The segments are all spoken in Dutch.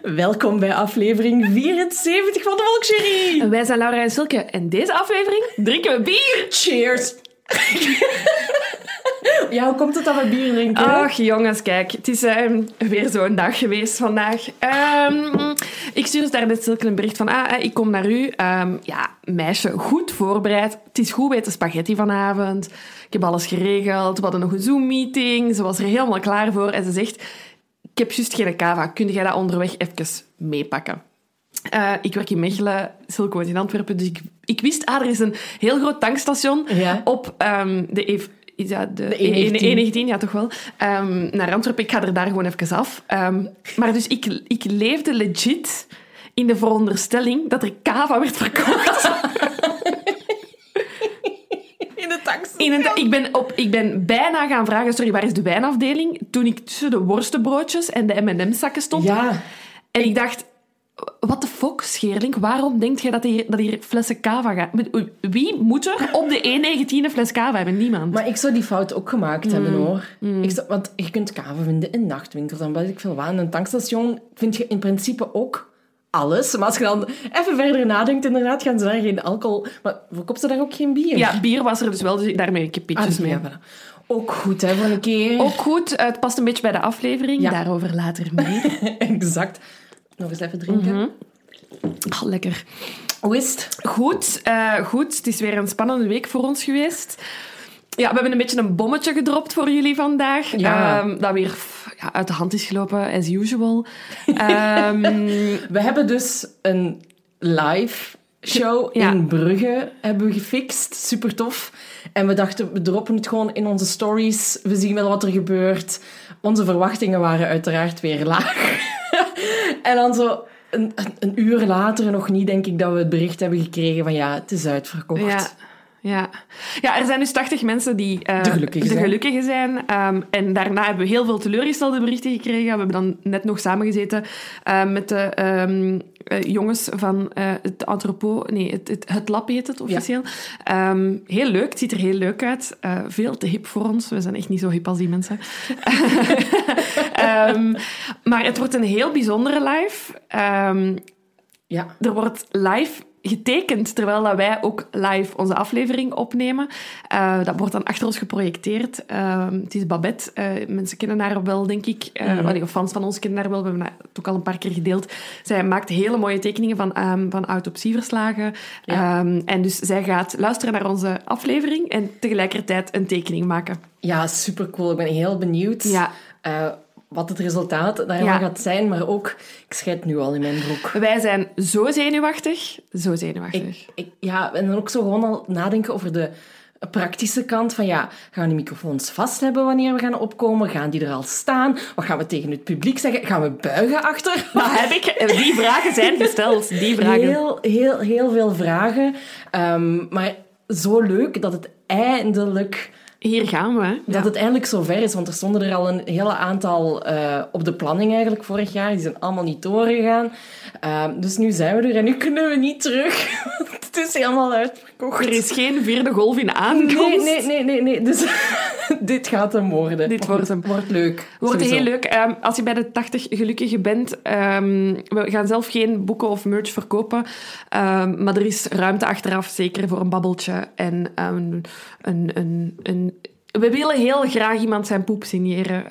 Welkom bij aflevering 74 van de Volksjury. Wij zijn Laura en Silke en deze aflevering drinken we bier. Cheers. Ja, hoe komt het dat we bier drinken? Ach jongens, kijk, het is weer zo'n dag geweest vandaag. Ik stuurde daar net Silke een bericht van, ik kom naar u. Meisje, goed voorbereid. Het is goed weten spaghetti vanavond. Ik heb alles geregeld. We hadden nog een Zoom-meeting. Ze was er helemaal klaar voor. En ze zegt, ik heb juist geen cava. Kun jij dat onderweg even meepakken? Ik werk in Mechelen, Silke woont in Antwerpen. Dus ik wist, er is een heel groot tankstation op de E19, ja toch wel, naar Antwerpen. Ik ga er daar gewoon even af. Maar dus ik leefde legit in de veronderstelling dat er cava werd verkocht. In de tankstation. Ik ben bijna gaan vragen, sorry, waar is de wijnafdeling? Toen ik tussen de worstenbroodjes en de M&M-zakken stond. Ja. En ik dacht, what the fuck, Scheerling? Waarom denkt jij dat hier flessen cava gaat? Wie moet er op de E19 een fles cava hebben? Niemand. Maar ik zou die fout ook gemaakt hebben, hoor. Want je kunt cava vinden in nachtwinkels en weet ik veel wat. In een tankstation vind je in principe ook alles. Maar als je dan even verder nadenkt, inderdaad, gaan ze daar geen alcohol... Maar verkoopt ze daar ook geen bier? Ja, bier was er dus wel, dus daarmee heb ik pitjes mee. Ja, voilà. Ook goed, hè, voor een keer. Ook goed, het past een beetje bij de aflevering. Ja. Daarover later meer. Exact. Nog eens even drinken. Oh, lekker. Hoe is het? Goed. Het is weer een spannende week voor ons geweest. Ja, we hebben een beetje een bommetje gedropt voor jullie vandaag. Ja. Dat weer uit de hand is gelopen, as usual. We hebben dus een live show in Brugge hebben we gefixt. Super tof. En we dachten, we droppen het gewoon in onze stories. We zien wel wat er gebeurt. Onze verwachtingen waren uiteraard weer laag. En dan zo een uur later nog niet, denk ik, dat we het bericht hebben gekregen van het is uitverkocht. Ja, er zijn dus 80 mensen die de gelukkigen zijn. En daarna hebben we heel veel teleurgestelde berichten gekregen. We hebben dan net nog samengezeten met de jongens van het entrepot. Nee, het lab heet het officieel. Ja. Heel leuk, het ziet er heel leuk uit. Veel te hip voor ons. We zijn echt niet zo hip als die mensen. Maar het wordt een heel bijzondere live. Er wordt live getekend, terwijl dat wij ook live onze aflevering opnemen. Dat wordt dan achter ons geprojecteerd. Het is Babette. Mensen kennen haar wel, denk ik. Of fans van ons kennen haar wel. We hebben het ook al een paar keer gedeeld. Zij maakt hele mooie tekeningen van autopsieverslagen. Ja. En dus zij gaat luisteren naar onze aflevering en tegelijkertijd een tekening maken. Ja, supercool. Ik ben heel benieuwd. Ja. Wat het resultaat daarvan gaat zijn, maar ook, ik scheid nu al in mijn broek. Wij zijn zo zenuwachtig. Zo zenuwachtig. En dan ook zo gewoon al nadenken over de praktische kant van, gaan we die microfoons vast hebben wanneer we gaan opkomen? Gaan die er al staan? Wat gaan we tegen het publiek zeggen? Gaan we buigen achter? Die vragen zijn gesteld. Die vragen. Heel veel vragen. Maar zo leuk dat het eindelijk... Hier gaan we. Ja. Dat het eindelijk zover is, want er stonden er al een hele aantal op de planning eigenlijk vorig jaar. Die zijn allemaal niet doorgegaan. Dus nu zijn we er en nu kunnen we niet terug. Het is helemaal uitverkocht. Er is geen vierde golf in aankomst. Nee. Dus dit gaat hem worden. Dit wordt hem. Wordt leuk. Wordt heel leuk. Als je bij de 80 gelukkigen bent, we gaan zelf geen boeken of merch verkopen, maar er is ruimte achteraf, zeker voor een babbeltje en we willen heel graag iemand zijn poep signeren.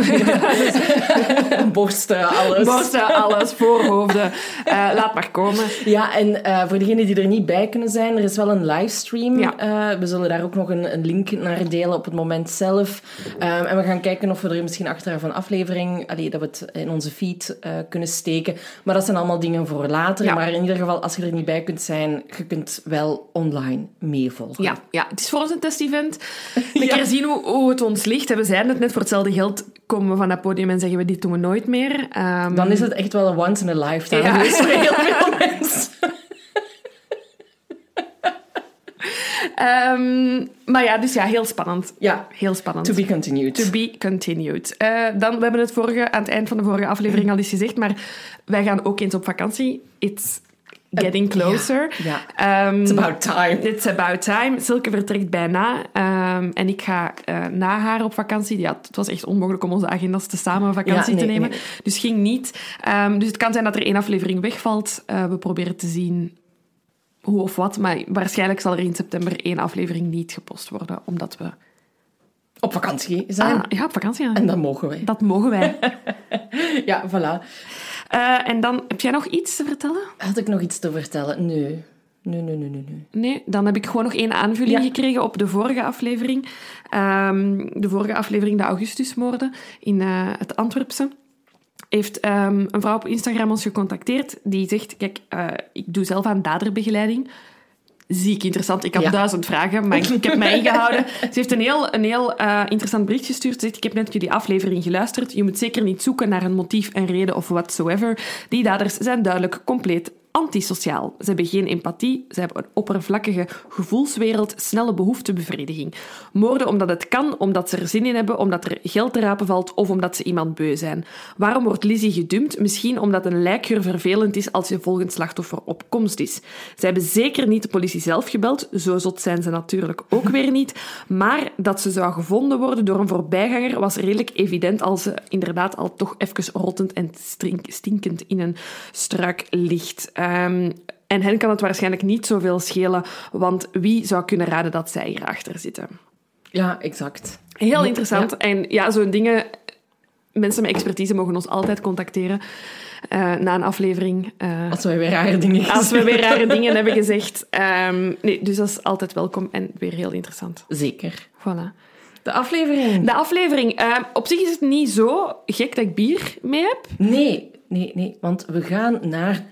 Borsten, alles. Voorhoofden. Laat maar komen. Ja, en voor degenen die er niet bij kunnen zijn, er is wel een livestream. Ja. We zullen daar ook nog een link naar delen op het moment zelf. En we gaan kijken of we er misschien achteraf een aflevering, dat we het in onze feed kunnen steken. Maar dat zijn allemaal dingen voor later. Ja. Maar in ieder geval, als je er niet bij kunt zijn, je kunt wel online meevolgen. Ja, het is voor ons een test-event. Een keer zien hoe het ons ligt. We zeiden het net, voor hetzelfde geld komen we van dat podium en zeggen we, dit doen we nooit meer. Dan is het echt wel een once in a lifetime geweest voor heel veel mensen. Maar dus heel spannend. Ja, heel spannend. To be continued. To be continued. We hebben het aan het eind van de vorige aflevering al eens gezegd, maar wij gaan ook eens op vakantie. It's getting closer. Ja. It's about time. It's about time. Silke vertrekt bijna. En ik ga na haar op vakantie. Ja, het was echt onmogelijk om onze agendas te samen vakantie te nemen. Nee. Dus ging niet. Dus het kan zijn dat er 1 aflevering wegvalt. We proberen te zien hoe of wat. Maar waarschijnlijk zal er in september 1 aflevering niet gepost worden. Omdat we... op vakantie zijn. Ja, op vakantie. Ja. En dat mogen wij. Dat mogen wij. Ja, voilà. En dan, heb jij nog iets te vertellen? Had ik nog iets te vertellen? Nee. Nee, dan heb ik gewoon nog 1 aanvulling gekregen op de vorige aflevering. De vorige aflevering, de Augustusmoorden in het Antwerpse. Heeft een vrouw op Instagram ons gecontacteerd die zegt, kijk, ik doe zelf aan daderbegeleiding. Ziek interessant. Ik had 1000 vragen, maar ik heb mij ingehouden. Ze heeft een heel interessant bericht gestuurd. Ze zegt, ik heb net jullie aflevering geluisterd. Je moet zeker niet zoeken naar een motief en reden of whatsoever. Die daders zijn duidelijk compleet antisociaal. Ze hebben geen empathie, ze hebben een oppervlakkige gevoelswereld, snelle behoeftebevrediging. Moorden omdat het kan, omdat ze er zin in hebben, omdat er geld te rapen valt of omdat ze iemand beu zijn. Waarom wordt Lizzie gedumpt? Misschien omdat een lijkgeur vervelend is als je volgend slachtoffer op komst is. Ze hebben zeker niet de politie zelf gebeld, zo zot zijn ze natuurlijk ook weer niet, maar dat ze zou gevonden worden door een voorbijganger was redelijk evident als ze inderdaad al toch even rottend en stinkend in een struik ligt. En hen kan het waarschijnlijk niet zoveel schelen, want wie zou kunnen raden dat zij hierachter zitten? Ja, exact. Heel interessant. Ja. En ja, zo'n dingen... Mensen met expertise mogen ons altijd contacteren na een aflevering. Als wij weer rare dingen Als we weer rare dingen hebben gezegd. Nee, dus dat is altijd welkom en weer heel interessant. Zeker. Voilà. De aflevering. Op zich is het niet zo gek dat ik bier mee heb. Nee, want we gaan naar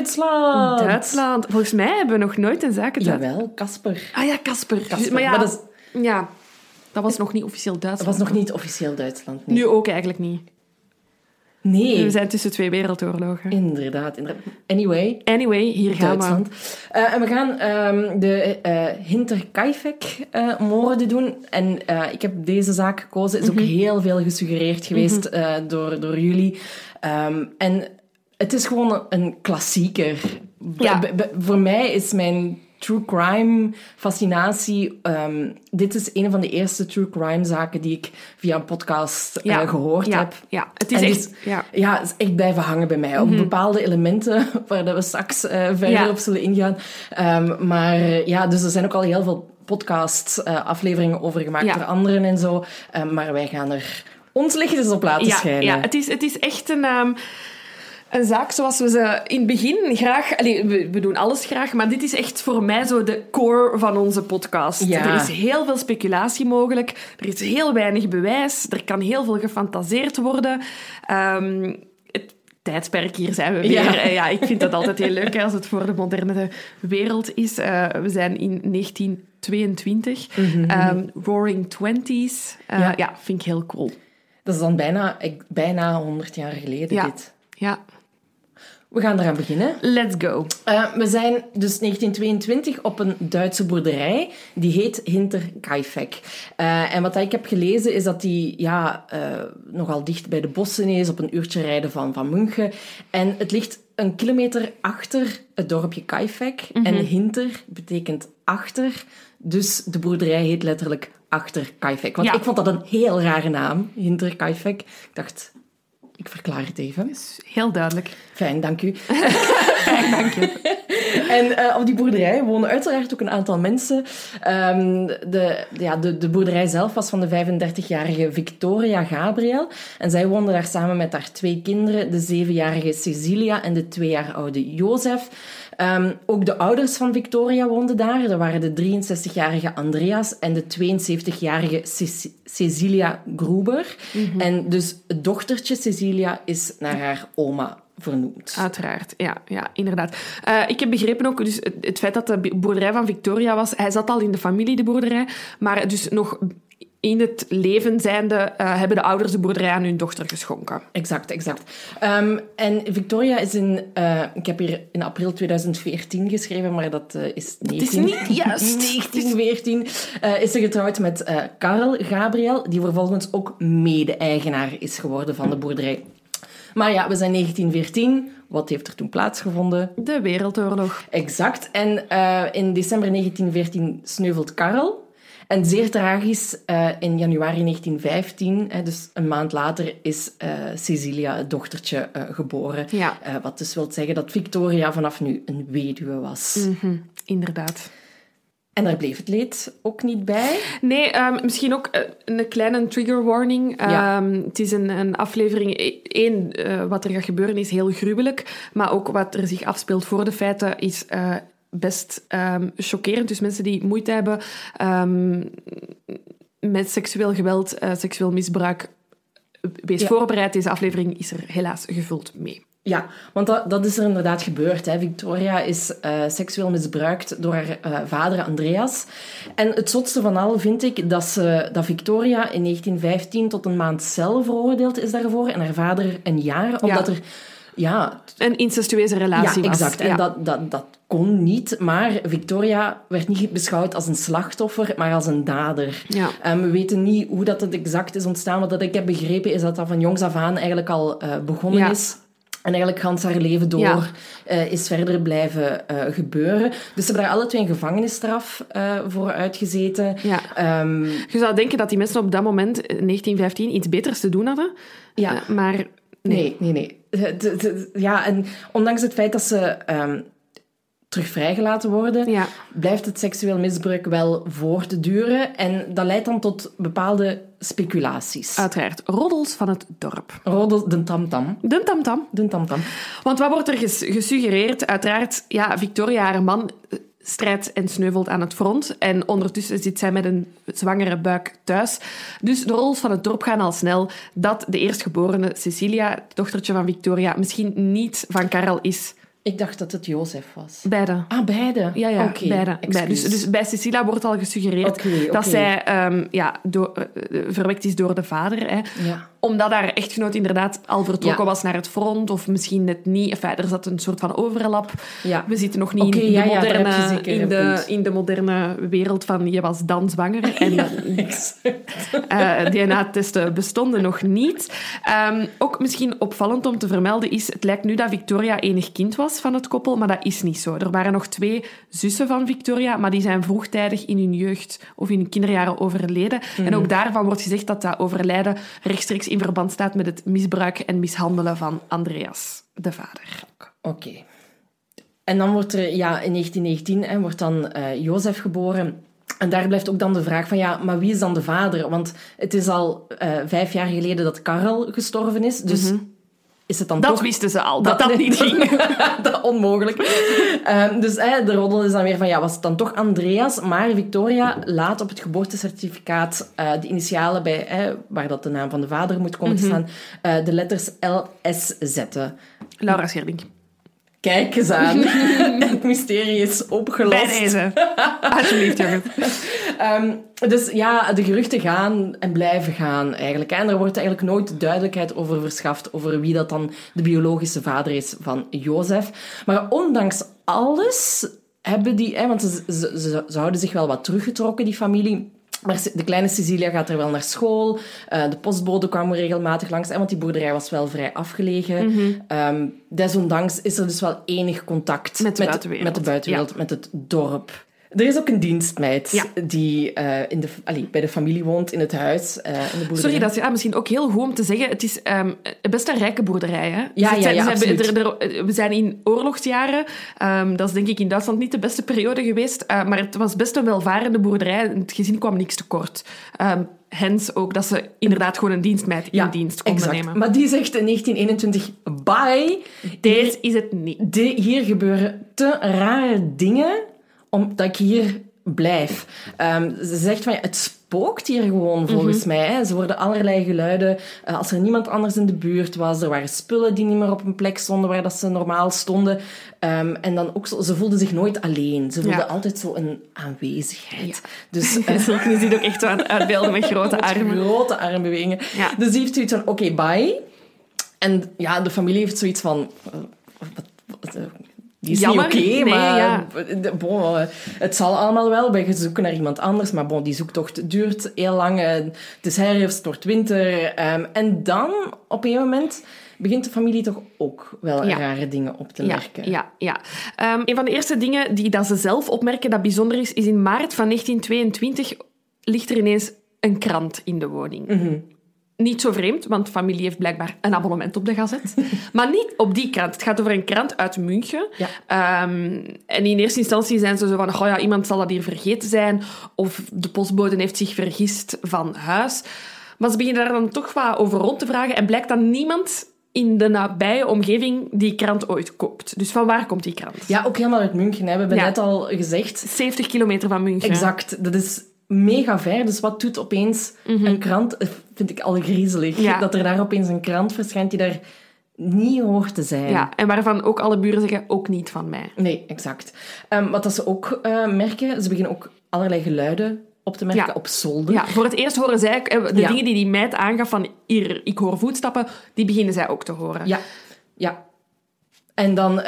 Duitsland. Volgens mij hebben we nog nooit een zaak gedaan. Jawel, Casper. Ah ja, Casper. Maar ja, dat was nog niet officieel Duitsland. Dat was nog niet officieel Duitsland. Nee. Nu ook eigenlijk niet. Nee. We zijn tussen 2 wereldoorlogen. Inderdaad. Anyway, hier gaan Duitsland. En we gaan de Hinterkaifeck-moorden doen. En ik heb deze zaak gekozen. Is ook heel veel gesuggereerd geweest door jullie. En het is gewoon een klassieker. Ja. Voor mij is mijn true crime fascinatie... dit is een van de eerste true crime zaken die ik via een podcast gehoord heb. Ja, het is echt... het is echt blijven hangen bij mij. Op bepaalde elementen waar we straks verder op zullen ingaan. Dus er zijn ook al heel veel afleveringen over gemaakt door anderen en zo. Maar wij gaan er ons licht op laten schijnen. Ja, het is echt een zaak zoals we ze in het begin graag... we doen alles graag, maar dit is echt voor mij zo de core van onze podcast. Ja. Er is heel veel speculatie mogelijk. Er is heel weinig bewijs. Er kan heel veel gefantaseerd worden. Het tijdsperk, hier zijn we weer. Ja. Ik vind dat altijd heel leuk als het voor de moderne wereld is. We zijn in 1922. Roaring Twenties. Vind ik heel cool. Dat is dan bijna 100 jaar geleden, dit. Ja. We gaan eraan beginnen. Let's go. We zijn dus 1922 op een Duitse boerderij. Die heet Hinterkaifeck. En wat ik heb gelezen is dat die nogal dicht bij de bossen is, op een uurtje rijden van München. En het ligt een kilometer achter het dorpje Kaifeck. En Hinter betekent achter. Dus de boerderij heet letterlijk Achter Kaifeck. Want ik vond dat een heel rare naam, Hinterkaifeck. Ik dacht... Ik verklaar het even. Heel duidelijk. Fijn, dank u. Fijn, dank je. En op die boerderij wonen uiteraard ook een aantal mensen. De boerderij zelf was van de 35-jarige Victoria Gabriel. En zij woonde daar samen met haar 2 kinderen, de 7-jarige Cecilia en de 2 jaar oude Jozef. Ook de ouders van Victoria woonden daar. Dat waren de 63-jarige Andreas en de 72-jarige Cecilia Gruber. En dus het dochtertje Cecilia is naar haar oma vernoemd. Uiteraard, ja, inderdaad. Ik heb begrepen ook, dus het feit dat de boerderij van Victoria was, hij zat al in de familie, de boerderij, maar dus nog in het leven zijnde hebben de ouders de boerderij aan hun dochter geschonken. Exact. En Victoria is ik heb hier in april 2014 geschreven, maar dat is 1914 is ze getrouwd met Karel Gabriel, die vervolgens ook mede-eigenaar is geworden van de boerderij. Maar ja, we zijn 1914. wat heeft er toen plaatsgevonden? De Wereldoorlog. Exact. En in december 1914 sneuvelt Karel. En zeer tragisch, in januari 1915, dus een maand later, is Cecilia, het dochtertje, geboren. Ja. Wat dus wil zeggen dat Victoria vanaf nu een weduwe was. Inderdaad. En daar bleef het leed ook niet bij. Nee, misschien ook een kleine trigger warning. Ja. Het is een aflevering... wat er gaat gebeuren is heel gruwelijk. Maar ook wat er zich afspeelt voor de feiten is best chockerend. Dus mensen die moeite hebben met seksueel geweld, seksueel misbruik... Wees voorbereid, deze aflevering is er helaas gevuld mee. Ja, want dat is er inderdaad gebeurd. Hè. Victoria is seksueel misbruikt door haar vader Andreas. En het zotste van al vind ik dat Victoria in 1915 tot een maand cel veroordeeld is daarvoor en haar vader een jaar, omdat er... Ja, een incestueuze relatie was. Exact. En dat kon niet, maar Victoria werd niet beschouwd als een slachtoffer, maar als een dader. Ja. We weten niet hoe dat het exact is ontstaan. Wat ik heb begrepen is dat van jongs af aan eigenlijk al begonnen is. En eigenlijk gans haar leven door is verder blijven gebeuren. Dus ze hebben daar alle twee een gevangenisstraf voor uitgezeten. Ja. Je zou denken dat die mensen op dat moment, 1915, iets beters te doen hadden. Ja. Maar nee. Ja, en ondanks het feit dat ze terug vrijgelaten worden, blijft het seksueel misbruik wel voortduren. En dat leidt dan tot bepaalde speculaties. Uiteraard. Roddels van het dorp. Roddels, de tamtam. De tamtam. De tamtam. Want wat wordt er gesuggereerd? Uiteraard, Victoria, haar man, strijdt en sneuvelt aan het front. En ondertussen zit zij met een zwangere buik thuis. Dus de roddels van het dorp gaan al snel dat de eerstgeborene Cecilia, het dochtertje van Victoria, misschien niet van Karel is. Ik dacht dat het Jozef was. Beide. Ah, beide? Ja, Okay, beide. Dus bij Cecilia wordt al gesuggereerd dat zij verwekt is door de vader. Hè. Ja. Omdat haar echtgenoot inderdaad al vertrokken was naar het front, of misschien net niet. Enfin, er zat een soort van overlap. Ja. We zitten nog niet in de moderne wereld van je was dan zwanger. En DNA-testen bestonden nog niet. Ook misschien opvallend om te vermelden is, het lijkt nu dat Victoria enig kind was van het koppel, maar dat is niet zo. Er waren nog 2 zussen van Victoria, maar die zijn vroegtijdig in hun jeugd of in hun kinderjaren overleden. En ook daarvan wordt gezegd dat dat overlijden rechtstreeks in verband staat met het misbruik en mishandelen van Andreas, de vader. Oké. En dan wordt er, in 1919 wordt dan Jozef geboren. En daar blijft ook dan de vraag van, maar wie is dan de vader? Want het is al 5 jaar geleden dat Karel gestorven is, dus... Is het dan dat toch... wisten ze al, dat niet ging. Dat onmogelijk. Dus de roddel is dan weer van, was het dan toch Andreas? Maar Victoria laat op het geboortecertificaat de initialen bij, waar dat de naam van de vader moet komen te staan, de letters LS zetten. Laura Scherding. Kijk eens aan. Het mysterie is opgelost. Bij deze. Alsjeblieft, jongen. Dus de geruchten gaan en blijven gaan eigenlijk. En er wordt eigenlijk nooit duidelijkheid over verschaft over wie dat dan de biologische vader is van Jozef. Maar ondanks alles hebben die... want ze houden zich wel wat teruggetrokken, die familie. Maar de kleine Cecilia gaat er wel naar school. De postbode kwam regelmatig langs, want die boerderij was wel vrij afgelegen. Desondanks is er dus wel enig contact met de buitenwereld, met het dorp. Er is ook een dienstmeid die bij de familie woont, in het huis, in de boerderij. Sorry, dat is misschien ook heel goed om te zeggen. Het is best een rijke boerderij. Hè? Absoluut. We zijn in oorlogsjaren. Dat is denk ik in Duitsland niet de beste periode geweest. Maar het was best een welvarende boerderij. Het gezin kwam niks tekort. Hens ook dat ze inderdaad gewoon een dienstmeid in dienst konden nemen. Maar die zegt in 1921, bye. Dit is het niet. Hier gebeuren te rare dingen... omdat ik hier blijf. Ze zegt van, het spookt hier gewoon, volgens mij. Hè. Ze hoorden allerlei geluiden. Als er niemand anders in de buurt was, er waren spullen die niet meer op een plek stonden waar dat ze normaal stonden. En dan ook ze voelden zich nooit alleen. Ze voelden altijd zo een aanwezigheid. Ja. Dus, je ziet ook echt zo aan uitbeelden met grote armen. Grote armbewegingen. Ja. Dus die heeft zoiets van, oké, bye. En de familie heeft zoiets van... Die is jammer. Niet oké, maar het zal allemaal wel. Wij zoeken naar iemand anders, maar die zoektocht duurt heel lang. Het is herfst, het wordt winter. En dan, op een moment, begint de familie toch ook wel rare dingen op te merken. Ja. Een van de eerste dingen dat ze zelf opmerken dat bijzonder is in maart van 1922 ligt er ineens een krant in de woning. Mm-hmm. Niet zo vreemd, want de familie heeft blijkbaar een abonnement op de Gazet. Maar niet op die krant. Het gaat over een krant uit München. Ja. En in eerste instantie zijn ze zo van... iemand zal dat hier vergeten zijn. Of de postbode heeft zich vergist van huis. Maar ze beginnen daar dan toch wat over rond te vragen. En blijkt dat niemand in de nabije omgeving die krant ooit koopt. Dus van waar komt die krant? Ja, ook helemaal uit München. Hè. We hebben net al gezegd... 70 kilometer van München. Exact. Dat is... mega ver, dus wat doet opeens een krant? Vind ik al griezelig. Ja. Dat er daar opeens een krant verschijnt die daar niet hoort te zijn. Ja, en waarvan ook alle buren zeggen, ook niet van mij. Nee, exact. Wat dat ze ook merken, ze beginnen ook allerlei geluiden op te merken op zolder. Ja, voor het eerst horen zij... De dingen die meid aangaf van, hier, ik hoor voetstappen, die beginnen zij ook te horen. Ja. En dan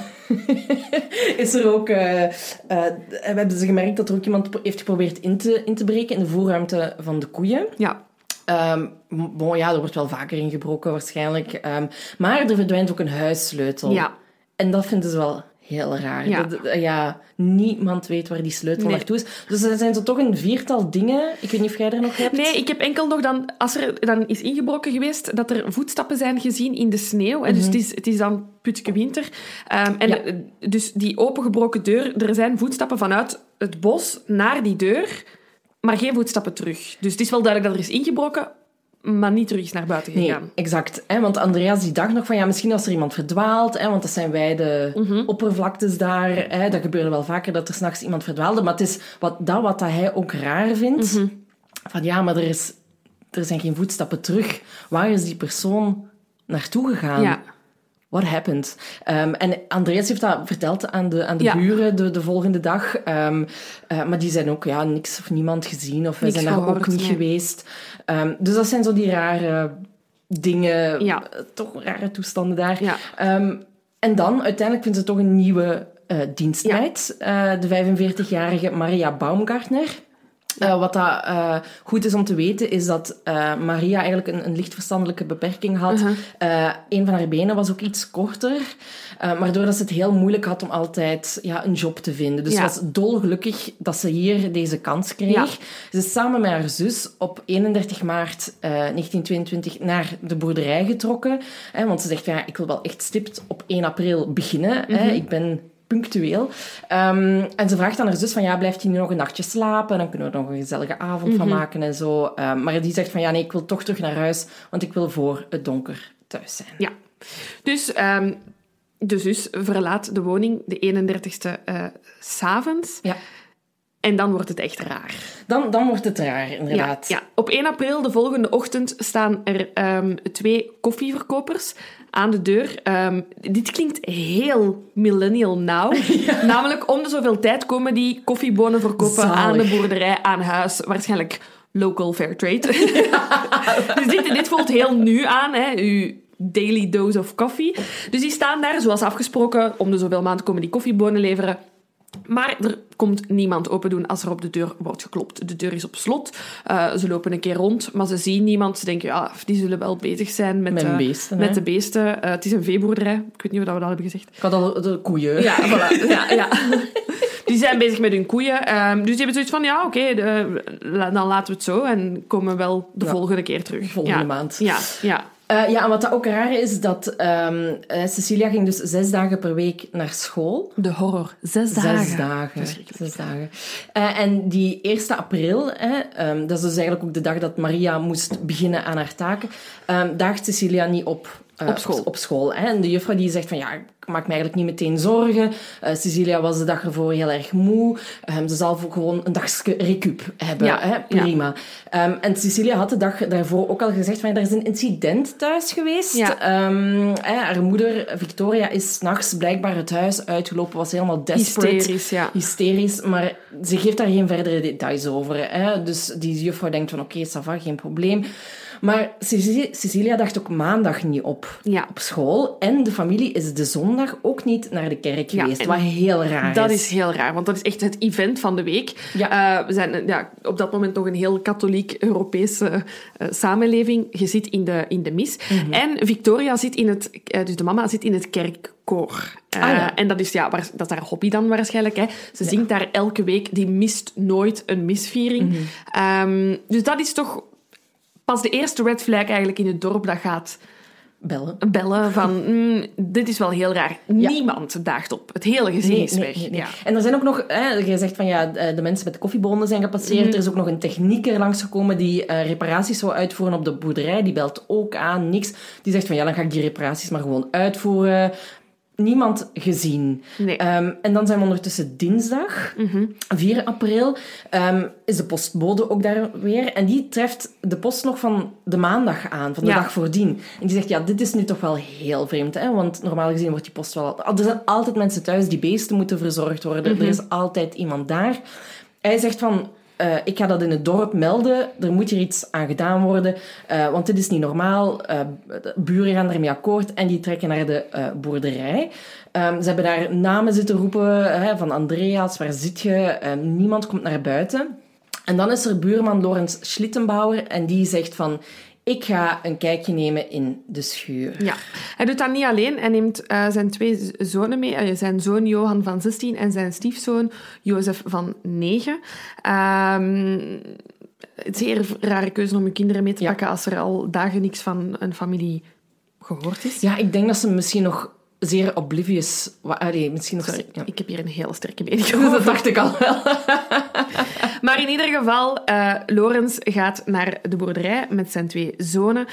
is er ook... hebben ze gemerkt dat er ook iemand heeft geprobeerd in te breken in de voorruimte van de koeien. Ja. Er wordt wel vaker ingebroken waarschijnlijk. Maar er verdwijnt ook een huissleutel. Ja. En dat vinden ze wel heel raar. Ja. Niemand weet waar die sleutel naartoe is. Dus er zijn zo toch een 4-tal dingen. Ik weet niet of jij er nog hebt. Nee, ik heb enkel nog dan... Als er dan is ingebroken geweest, dat er voetstappen zijn gezien in de sneeuw. Mm-hmm. Dus het is dan putske winter. Dus die opengebroken deur... Er zijn voetstappen vanuit het bos naar die deur, maar geen voetstappen terug. Dus het is wel duidelijk dat er is ingebroken, maar niet terug is naar buiten gegaan. Nee, exact. Want Andreas die dacht nog van, misschien was er iemand verdwaald, want dat zijn wijde oppervlaktes daar. Dat gebeurde wel vaker, dat er 's nachts iemand verdwaalde. Maar het is wat hij ook raar vindt. Van maar er zijn geen voetstappen terug. Waar is die persoon naartoe gegaan? Ja. What happened? En Andreas heeft dat verteld aan de buren de volgende dag. Maar die zijn ook niks of niemand gezien. Of wij zijn daar ook niet geweest. Dus dat zijn zo die rare dingen. Ja. Toch rare toestanden daar. Ja. En dan, uiteindelijk vinden ze toch een nieuwe dienstmeid. Ja. De 45-jarige Maria Baumgartner. Wat dat goed is om te weten, is dat Maria eigenlijk een licht verstandelijke beperking had. Een van haar benen was ook iets korter. Maar doordat ze het heel moeilijk had om altijd een job te vinden. Dus ze was dolgelukkig dat ze hier deze kans kreeg. Ja. Ze is samen met haar zus op 31 maart 1922 naar de boerderij getrokken. Want ze zegt, ik wil wel echt stipt op 1 april beginnen. Ik ben... punctueel. En ze vraagt aan haar zus van, blijft hij nu nog een nachtje slapen? Dan kunnen we er nog een gezellige avond van maken en zo. Maar die zegt van, nee, ik wil toch terug naar huis, want ik wil voor het donker thuis zijn. Ja. Dus de zus verlaat de woning de 31ste 's avonds. Ja. En dan wordt het echt raar. Dan wordt het raar, inderdaad. Ja. Op 1 april, de volgende ochtend, staan er 2 koffieverkopers aan de deur. Dit klinkt heel millennial now. Ja. Namelijk, om de zoveel tijd komen die koffiebonen verkopen aan de boerderij, aan huis. Waarschijnlijk local fair trade. Ja. Dus dit voelt heel nu aan, hè. Uw daily dose of coffee. Dus die staan daar, zoals afgesproken, om de zoveel maanden komen die koffiebonen leveren. Maar er komt niemand open doen als er op de deur wordt geklopt. De deur is op slot. Ze lopen een keer rond, maar ze zien niemand. Ze denken, die zullen wel bezig zijn met de beesten. Het is een veeboerderij. Ik weet niet of we dat hebben gezegd. Ik had al de koeien. Ja, voilà. Ja. Die zijn bezig met hun koeien. Dus die hebben zoiets van, dan laten we het zo. En komen wel de volgende keer terug. Volgende maand. Ja. En wat dat ook raar is, dat Cecilia ging dus 6 dagen per week naar school. De horror. 6 dagen. 6 dagen. En die 1 april, dat is dus eigenlijk ook de dag dat Maria moest beginnen aan haar taken, daagt Cecilia niet op school. En de juffrouw die zegt van, ik maak me eigenlijk niet meteen zorgen. Cecilia was de dag ervoor heel erg moe. Ze zal gewoon een dagje recup hebben. Ja. Prima. Ja. En Cecilia had de dag daarvoor ook al gezegd van, er is een incident thuis geweest. Ja. Haar moeder, Victoria, is 's nachts blijkbaar het huis uitgelopen. Was helemaal desperate. Hysterisch. Maar ze geeft daar geen verdere details over. Dus die juffrouw denkt van, oké, ça va, geen probleem. Maar Cecilia dacht ook maandag niet op school. En de familie is de zondag ook niet naar de kerk geweest. Wat heel raar is. Dat is heel raar, want dat is echt het event van de week. Ja. We zijn op dat moment nog een heel katholiek-Europese samenleving. Je zit in de mis. Mm-hmm. En Victoria zit dus de mama zit in het kerkkoor. En dat is, dat is haar hobby dan waarschijnlijk. Hè. Ze zingt daar elke week. Die mist nooit een misviering. Mm-hmm. Dus dat is toch pas de eerste red flag eigenlijk in het dorp dat gaat bellen van dit is wel heel raar. Ja. Niemand daagt op. Het hele gezin is weg. Nee. Ja. En er zijn ook nog... je zegt van de mensen met de koffiebonen zijn gepasseerd. Er is ook nog een technieker langsgekomen die reparaties zou uitvoeren op de boerderij. Die belt ook aan, niks. Die zegt van dan ga ik die reparaties maar gewoon uitvoeren. Niemand gezien. Nee. En dan zijn we ondertussen dinsdag, 4 april, is de postbode ook daar weer. En die treft de post nog van de maandag aan, van de dag voordien. En die zegt, dit is nu toch wel heel vreemd, hè? Want normaal gezien wordt die post wel... Er zijn altijd mensen thuis, die beesten moeten verzorgd worden. Er is altijd iemand daar. Hij zegt van... ik ga dat in het dorp melden. Er moet hier iets aan gedaan worden. Want dit is niet normaal. Buren gaan ermee akkoord en die trekken naar de boerderij. Ze hebben daar namen zitten roepen van Andreas, waar zit je? Niemand komt naar buiten. En dan is er buurman Lorenz Schlittenbauer en die zegt van... Ik ga een kijkje nemen in de schuur. Ja, hij doet dat niet alleen. Hij neemt zijn 2 zonen mee. Zijn zoon Johan van 16 en zijn stiefzoon Jozef van 9. Zeer rare keuze om je kinderen mee te pakken als er al dagen niks van een familie gehoord is. Ja, ik denk dat ze misschien nog zeer oblivious... misschien nog... Sorry, ik heb hier een hele sterke mening over. Dat dacht ik al wel. Maar in ieder geval, Lorenz gaat naar de boerderij met zijn 2 zonen.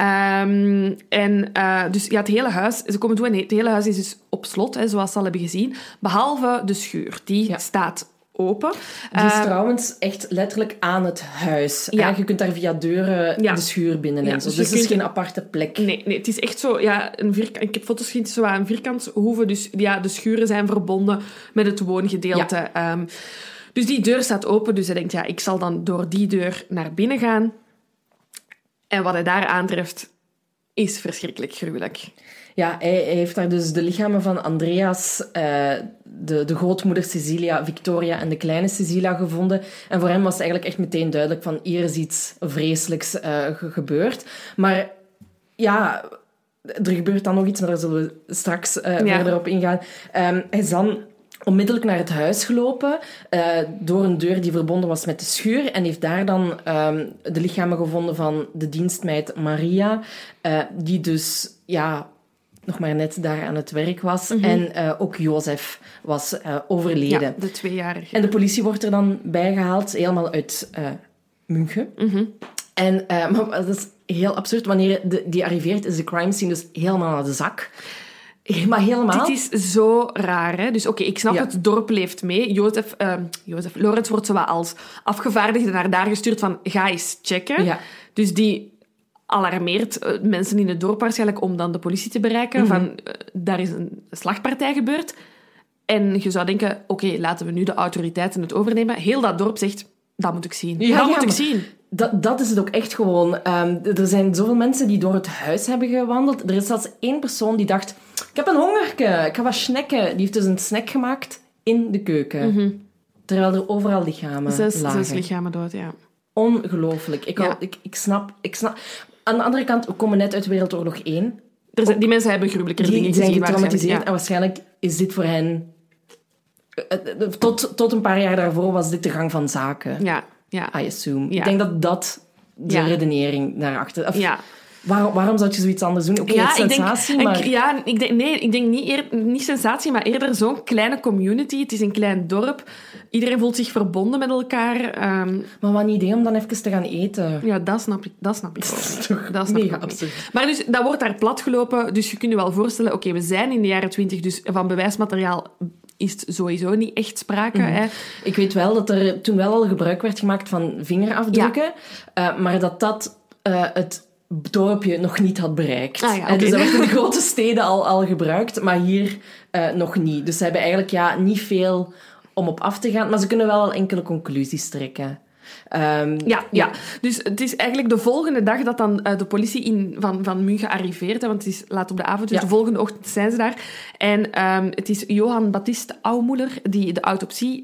Dus het hele huis... Ze komen toe en het hele huis is dus op slot, hè, zoals ze al hebben gezien. Behalve de schuur. Die staat open. Die is trouwens echt letterlijk aan het huis. Ja. Je kunt daar via deuren de schuur binnen en zo. Dus het is geen aparte plek. Nee, het is echt zo... Ja, ik heb foto's gezien, het is zo een vierkant hoeve. Dus de schuren zijn verbonden met het woongedeelte. Ja. Dus die deur staat open. Dus hij denkt, ik zal dan door die deur naar binnen gaan. En wat hij daar aantreft, is verschrikkelijk gruwelijk. Ja, hij heeft daar dus de lichamen van Andreas, de grootmoeder Cecilia, Victoria en de kleine Cecilia gevonden. En voor hem was het eigenlijk echt meteen duidelijk van hier is iets vreselijks gebeurd. Maar er gebeurt dan nog iets, maar daar zullen we straks verder op ingaan. Hij is dan onmiddellijk naar het huis gelopen, door een deur die verbonden was met de schuur, en heeft daar dan de lichamen gevonden van de dienstmeid Maria, die dus nog maar net daar aan het werk was. En ook Jozef was overleden. Ja, de 2-jarige. En de politie wordt er dan bijgehaald, helemaal uit München. En maar dat is heel absurd. Wanneer die arriveert, is de crime scene dus helemaal naar de zak. Maar helemaal... Dit is zo raar, hè? Dus ik snap het dorp leeft mee. Lorenz wordt zo wat als afgevaardigde naar daar gestuurd van ga eens checken. Ja. Dus die alarmeert mensen in het dorp waarschijnlijk om dan de politie te bereiken. Van daar is een slagpartij gebeurd. En je zou denken, laten we nu de autoriteiten het overnemen. Heel dat dorp zegt, dat moet ik zien. Dat moet ik zien. Dat is het ook echt gewoon. Er zijn zoveel mensen die door het huis hebben gewandeld. Er is zelfs 1 persoon die dacht... Ik heb een hongerke, ik ga wat snacken. Die heeft dus een snack gemaakt in de keuken. Terwijl er overal lichamen lagen. 6 lichamen dood, ja. Ongelooflijk. Ik snap... Aan de andere kant, we komen net uit Wereldoorlog 1. Die mensen hebben gruwelijke dingen gezien. Die zijn getraumatiseerd. En waarschijnlijk is dit voor hen... Tot een paar jaar daarvoor was dit de gang van zaken. Ja. I assume. Ja. Ik denk dat de redenering daarachter... Waarom zou je zoiets anders doen? Sensatie, maar... Ik denk niet sensatie, maar eerder zo'n kleine community. Het is een klein dorp. Iedereen voelt zich verbonden met elkaar. Maar wat een idee om dan even te gaan eten. Ja, dat snap ik. Dat is toch mega absurd. Maar dus, dat wordt daar platgelopen. Dus je kunt je wel voorstellen... we zijn in de jaren 20, dus van bewijsmateriaal... is het sowieso niet echt sprake. Hè. Ik weet wel dat er toen wel al gebruik werd gemaakt van vingerafdrukken, maar dat het dorpje nog niet had bereikt. Dus dat werd in de grote steden al gebruikt, maar hier nog niet. Dus ze hebben eigenlijk niet veel om op af te gaan, maar ze kunnen wel al enkele conclusies trekken. Ja. Dus het is eigenlijk de volgende dag dat dan de politie van München arriveert. Hè, want het is laat op de avond, dus de volgende ochtend zijn ze daar. En het is Johann Baptist Aumüller die de autopsie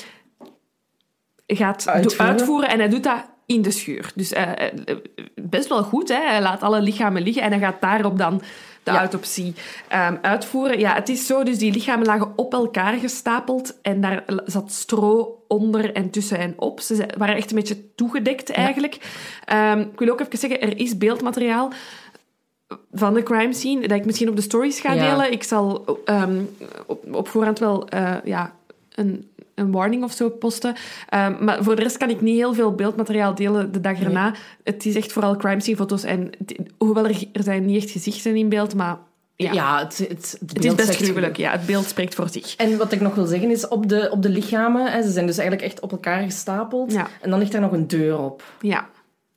gaat uitvoeren. En hij doet dat in de schuur. Dus best wel goed. Hè? Hij laat alle lichamen liggen en hij gaat daarop dan de autopsie uitvoeren. Ja, het is zo, dus die lichamen lagen op elkaar gestapeld en daar zat stro onder en tussen en op. Ze waren echt een beetje toegedekt eigenlijk. Ik wil ook even zeggen, er is beeldmateriaal van de crime scene dat ik misschien op de stories ga delen. Ik zal op voorhand wel een warning of zo posten. Maar voor de rest kan ik niet heel veel beeldmateriaal delen de dag erna. Het is echt vooral crime scene foto's. En hoewel er zijn niet echt gezichten in beeld, maar het is best gruwelijk. Ja, het beeld spreekt voor zich. En wat ik nog wil zeggen is, op de lichamen, ze zijn dus eigenlijk echt op elkaar gestapeld. Ja. En dan ligt daar nog een deur op. Ja.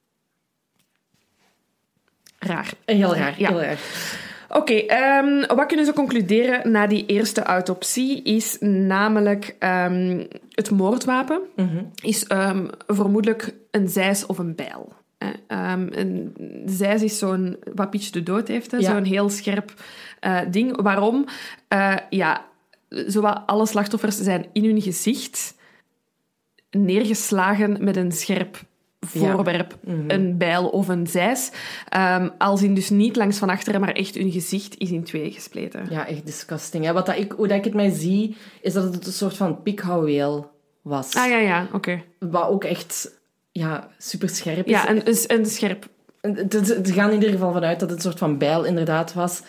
Raar. Heel raar, heel raar. Oké, wat kunnen ze concluderen na die eerste autopsie is namelijk het moordwapen is vermoedelijk een zeis of een bijl. Een zeis is zo'n wat Pietje de Dood heeft, zo'n heel scherp ding. Waarom? Zowat alle slachtoffers zijn in hun gezicht neergeslagen met een scherp voorwerp, een bijl of een zeis. Als in dus niet langs van achteren, maar echt hun gezicht is in twee gespleten. Ja, echt disgusting. Hè? Hoe dat ik het mij zie, is dat het een soort van pikhouweel was. Ja, oké. Wat ook echt super scherp is. Ja, een scherp. Het gaat in ieder geval vanuit dat het een soort van bijl inderdaad was.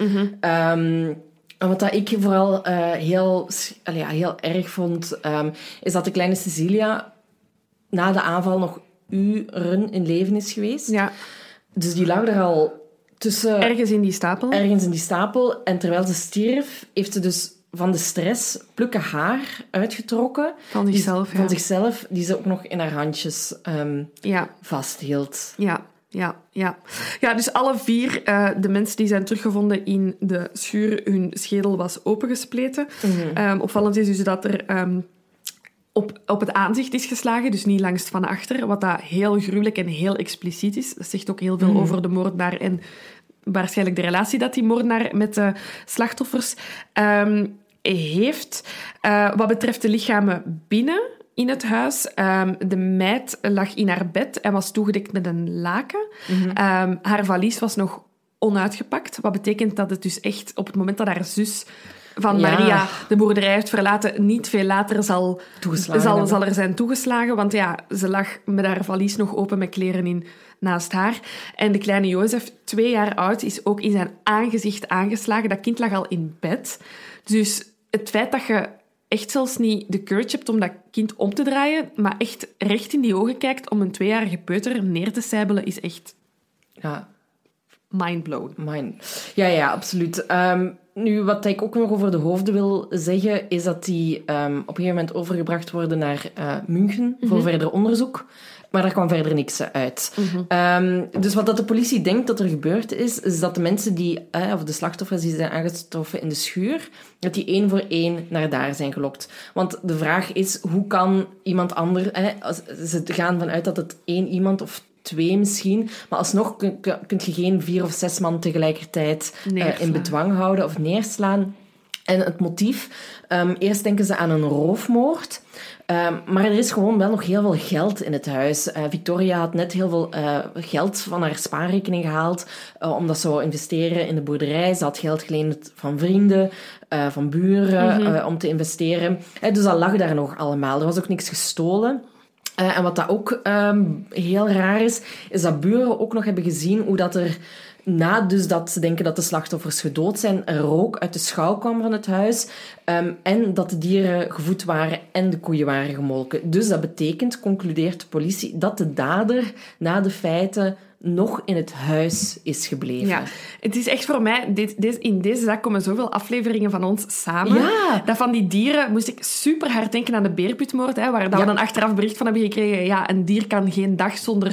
Wat dat ik vooral heel erg vond, is dat de kleine Cecilia na de aanval nog uren in leven is geweest. Ja. Dus die lag er al tussen... Ergens in die stapel. En terwijl ze stierf, heeft ze dus van de stress plukken haar uitgetrokken. Van zichzelf, die ze ook nog in haar handjes vasthield. Ja, dus alle 4 de mensen die zijn teruggevonden in de schuur, hun schedel was opengespleten. Opvallend is dus dat er... op het aanzicht is geslagen, dus niet langs van achter, wat dat heel gruwelijk en heel expliciet is. Dat zegt ook heel veel over de moordenaar en waarschijnlijk de relatie dat die moordenaar met de slachtoffers heeft. Wat betreft de lichamen binnen in het huis, de meid lag in haar bed en was toegedekt met een laken. Haar valies was nog onuitgepakt, wat betekent dat het dus echt op het moment dat haar zus... van Maria de boerderij heeft verlaten, niet veel later zal er zijn toegeslagen. Want ze lag met haar valies nog open met kleren in naast haar. En de kleine Jozef, 2 jaar oud, is ook in zijn aangezicht aangeslagen. Dat kind lag al in bed. Dus het feit dat je echt zelfs niet de courage hebt om dat kind om te draaien, maar echt recht in die ogen kijkt om een 2-jarige peuter neer te sijbelen, is echt... Ja. Mindblown. Ja, absoluut. Nu, wat ik ook nog over de hoofden wil zeggen, is dat die op een gegeven moment overgebracht worden naar München voor verder onderzoek. Maar daar kwam verder niks uit. Dus wat dat de politie denkt dat er gebeurd is dat de mensen of de slachtoffers die zijn aangetroffen in de schuur, dat die 1 voor 1 naar daar zijn gelokt. Want de vraag is, hoe kan iemand anders... Ze gaan vanuit dat het 1 iemand of 2 misschien, maar alsnog kun je geen 4 of 6 man tegelijkertijd in bedwang houden of neerslaan. En het motief, eerst denken ze aan een roofmoord, maar er is gewoon wel nog heel veel geld in het huis. Victoria had net heel veel geld van haar spaarrekening gehaald, omdat ze wou investeren in de boerderij. Ze had geld geleend van vrienden, van buren, om te investeren. Dus dat lag daar nog allemaal. Er was ook niks gestolen. En wat dat ook heel raar is dat buren ook nog hebben gezien hoe dat er, na dus dat ze denken dat de slachtoffers gedood zijn, er rook uit de schouw kwam van het huis en dat de dieren gevoed waren en de koeien waren gemolken. Dus dat betekent, concludeert de politie, dat de dader na de feiten nog in het huis is gebleven. Ja, het is echt voor mij... in deze zaak komen zoveel afleveringen van ons samen. Ja. Dat van die dieren moest ik super hard denken aan de beerputmoord, waar we dan achteraf bericht van hebben gekregen. Ja, een dier kan geen dag zonder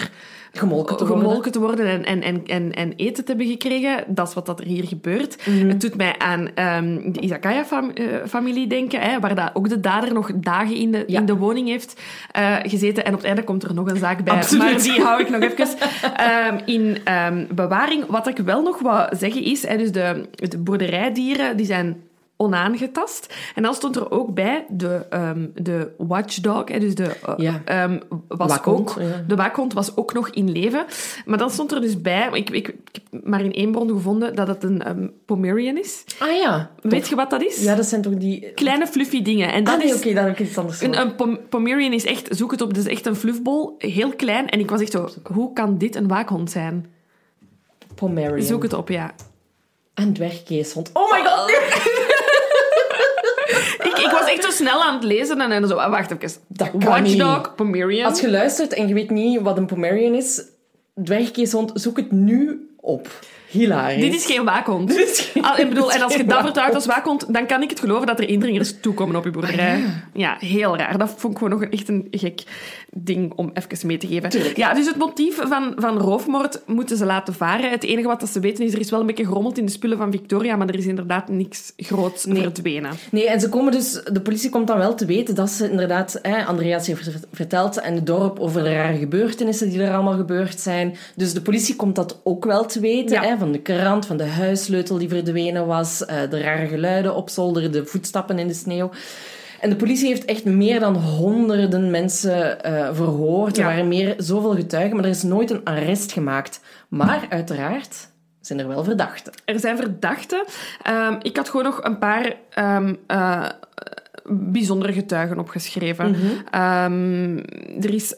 gemolken te worden en eten te hebben gekregen. Dat is wat er hier gebeurt. Het doet mij aan de Izakaya-familie denken, hè, waar dat ook de dader nog dagen in de woning heeft gezeten. En op het einde komt er nog een zaak bij. Absoluut. Maar die hou ik nog even in bewaring. Wat ik wel nog wou zeggen is, hè, dus de boerderijdieren die zijn onaangetast. En dan stond er ook bij de watchdog, hè, dus de waakhond. De waakhond was ook nog in leven. Maar dan stond er dus bij, ik heb maar in één bron gevonden dat het een Pomerian is. Ah ja. Weet je wat dat is? Ja, dat zijn toch die... Kleine fluffy dingen. En dat oké, dan heb ik iets anders van. Een Pomerian is echt, zoek het op, dat is echt een fluffbol, heel klein. En ik was echt zo, hoe kan dit een waakhond zijn? Pomerian. Zoek het op, ja. Een dwergkeeshond. Oh my god! Ik was echt zo snel aan het lezen en zo, wacht even. Dat kan Watchdog, niet. Pomerian. Als je luistert en je weet niet wat een Pomerian is, dwergkeeshond, zoek het nu op. Hilarisch. Dit is geen waakhond. Ik bedoel, en als je dat vertrouwt als waakhond, dan kan ik het geloven dat er indringers toekomen op je boerderij. Ja, heel raar. Dat vond ik gewoon nog echt een gek ding om even mee te geven. Tuurlijk. Ja, dus het motief van roofmoord moeten ze laten varen. Het enige wat ze weten is, er is wel een beetje gerommeld in de spullen van Victoria, maar er is inderdaad niks groots verdwenen. Nee, en de politie komt dan wel te weten dat ze inderdaad, Andreas heeft verteld, en het dorp over de rare gebeurtenissen die er allemaal gebeurd zijn. Dus de politie komt dat ook wel te weten, van de krant, van de huissleutel die verdwenen was, de rare geluiden op zolder, de voetstappen in de sneeuw. En de politie heeft echt meer dan honderden mensen verhoord. Er waren zoveel getuigen, maar er is nooit een arrest gemaakt. Maar uiteraard zijn er wel verdachten. Er zijn verdachten. Ik had gewoon nog een paar bijzondere getuigen opgeschreven. Er is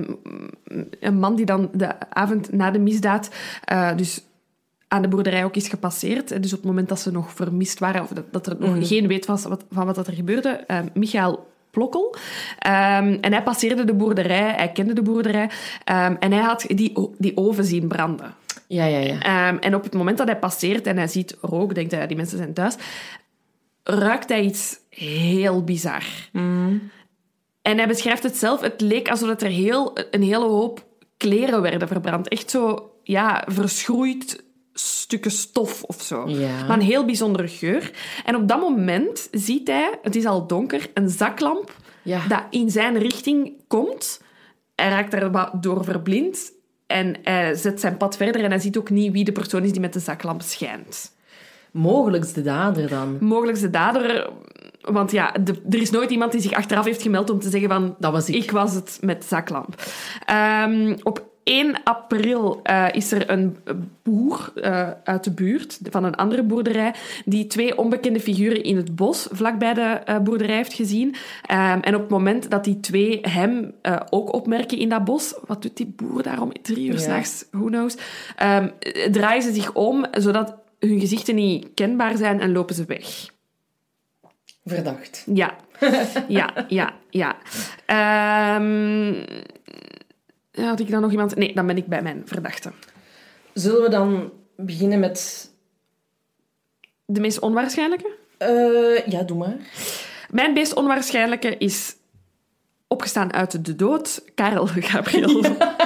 een man die dan de avond na de misdaad dus aan de boerderij ook is gepasseerd. Dus op het moment dat ze nog vermist waren, of dat er nog geen weet was van wat er gebeurde. Michael Plokkel. En hij passeerde de boerderij, hij kende de boerderij. En hij had die oven zien branden. Ja. En op het moment dat hij passeert en hij ziet rook, denkt hij, die mensen zijn thuis, ruikt hij iets heel bizar. En hij beschrijft het zelf, het leek alsof er een hele hoop kleren werden verbrand. Echt zo, verschroeid stukken stof of zo. Ja. Maar een heel bijzondere geur. En op dat moment ziet hij, het is al donker, een zaklamp dat in zijn richting komt. Hij raakt er wat door verblind en hij zet zijn pad verder en hij ziet ook niet wie de persoon is die met de zaklamp schijnt. Mogelijks de dader dan. Mogelijks de dader, want er is nooit iemand die zich achteraf heeft gemeld om te zeggen van, dat was ik was het met de zaklamp. Op 1 april is er een boer uit de buurt van een andere boerderij die 2 onbekende figuren in het bos vlakbij de boerderij heeft gezien. En op het moment dat die 2 hem ook opmerken in dat bos, wat doet die boer daar om 3 uur 's nachts? Who knows? Draaien ze zich om, zodat hun gezichten niet kenbaar zijn en lopen ze weg. Verdacht. Ja. Had ik dan nog iemand? Nee, dan ben ik bij mijn verdachte. Zullen we dan beginnen met... De meest onwaarschijnlijke? Ja, doe maar. Mijn meest onwaarschijnlijke is opgestaan uit de dood, Karel Gabriel.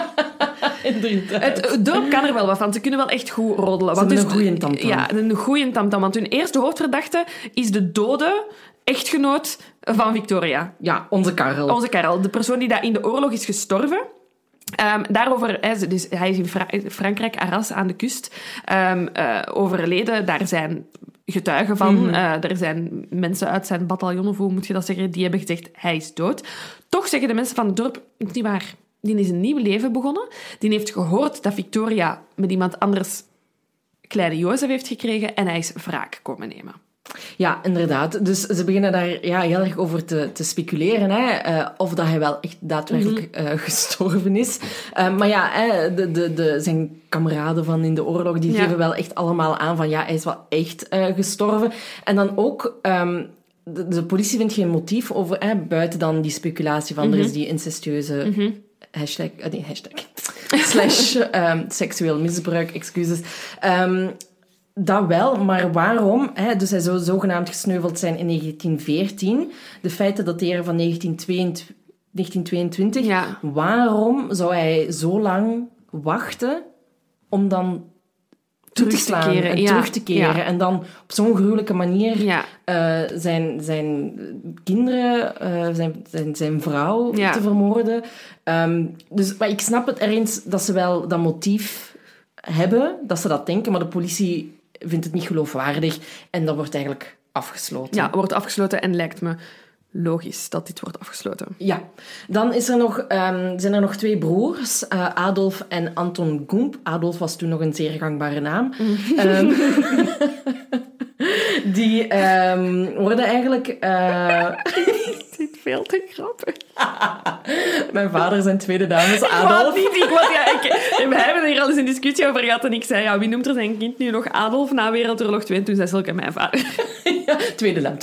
Het dorp kan er wel wat van. Ze kunnen wel echt goed roddelen. Ze hebben een goeie tamtam. Ja, een goeie tamtam. Want hun eerste hoofdverdachte is de dode echtgenoot van Victoria. Ja, onze Karel. Onze Karel. De persoon die daar in de oorlog is gestorven. Daarover, dus hij is in Frankrijk, Arras, aan de kust, overleden. Daar zijn getuigen van. Er zijn mensen uit zijn bataljon, of hoe moet je dat zeggen, die hebben gezegd, hij is dood. Toch zeggen de mensen van het dorp, niet waar. Die is een nieuw leven begonnen. Die heeft gehoord dat Victoria met iemand anders kleine Jozef heeft gekregen en hij is wraak komen nemen. Ja, inderdaad. Dus ze beginnen daar heel erg over te speculeren. Of dat hij wel echt daadwerkelijk gestorven is. Maar ja, zijn kameraden van in de oorlog, die geven wel echt allemaal aan van hij is wel echt gestorven. En dan ook... De politie vindt geen motief over, buiten dan die speculatie van er is die incestueuze... hashtag... / seksueel misbruik, excuses... Dat wel, maar waarom? Dus hij zou zogenaamd gesneuveld zijn in 1914. De feiten dateren van 1922. Ja. Waarom zou hij zo lang wachten om dan terug te keren. Ja. En dan op zo'n gruwelijke manier zijn kinderen, zijn vrouw te vermoorden. Maar ik snap het ergens dat ze wel dat motief hebben, dat ze dat denken, maar de politie vindt het niet geloofwaardig. En dat wordt eigenlijk afgesloten. Ja, wordt afgesloten en lijkt me logisch dat dit wordt afgesloten. Ja. Dan zijn er nog 2 broers, Adolf en Anton Gump. Adolf was toen nog een zeer gangbare naam. Die worden eigenlijk... Dit is veel te grappig. Mijn vader zijn tweede naam is Adolf. We hebben er al eens een discussie over gehad en ik zei, wie noemt er zijn kind nu nog Adolf na Wereldoorlog 2? En toen zei Silke, mijn vader. Ja, tweede naam.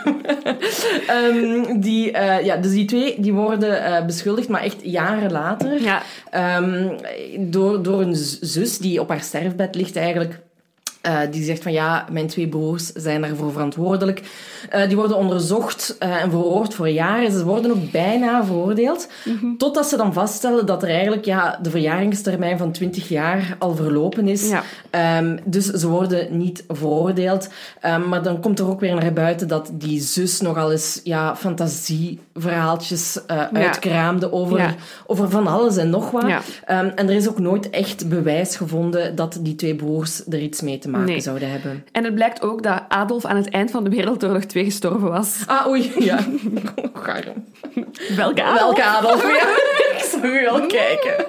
Dus die 2 die worden beschuldigd, maar echt jaren later. Ja. Door een zus die op haar sterfbed ligt eigenlijk. Die zegt van mijn 2 broers zijn daarvoor verantwoordelijk. Die worden onderzocht en verhoord voor jaren. Ze worden ook bijna veroordeeld. Mm-hmm. Totdat ze dan vaststellen dat er eigenlijk de verjaringstermijn van 20 jaar al verlopen is. Ja. Dus ze worden niet veroordeeld. Maar dan komt er ook weer naar buiten dat die zus nogal eens fantasieverhaaltjes uitkraamde over van alles en nog wat. Ja. En er is ook nooit echt bewijs gevonden dat die 2 broers er iets mee te maken zouden hebben. En het blijkt ook dat Adolf aan het eind van de Wereldoorlog 2 gestorven was. Ah, oei, ja. Welke Adolf? Welke Adolf? Ja, ik zou u wel kijken.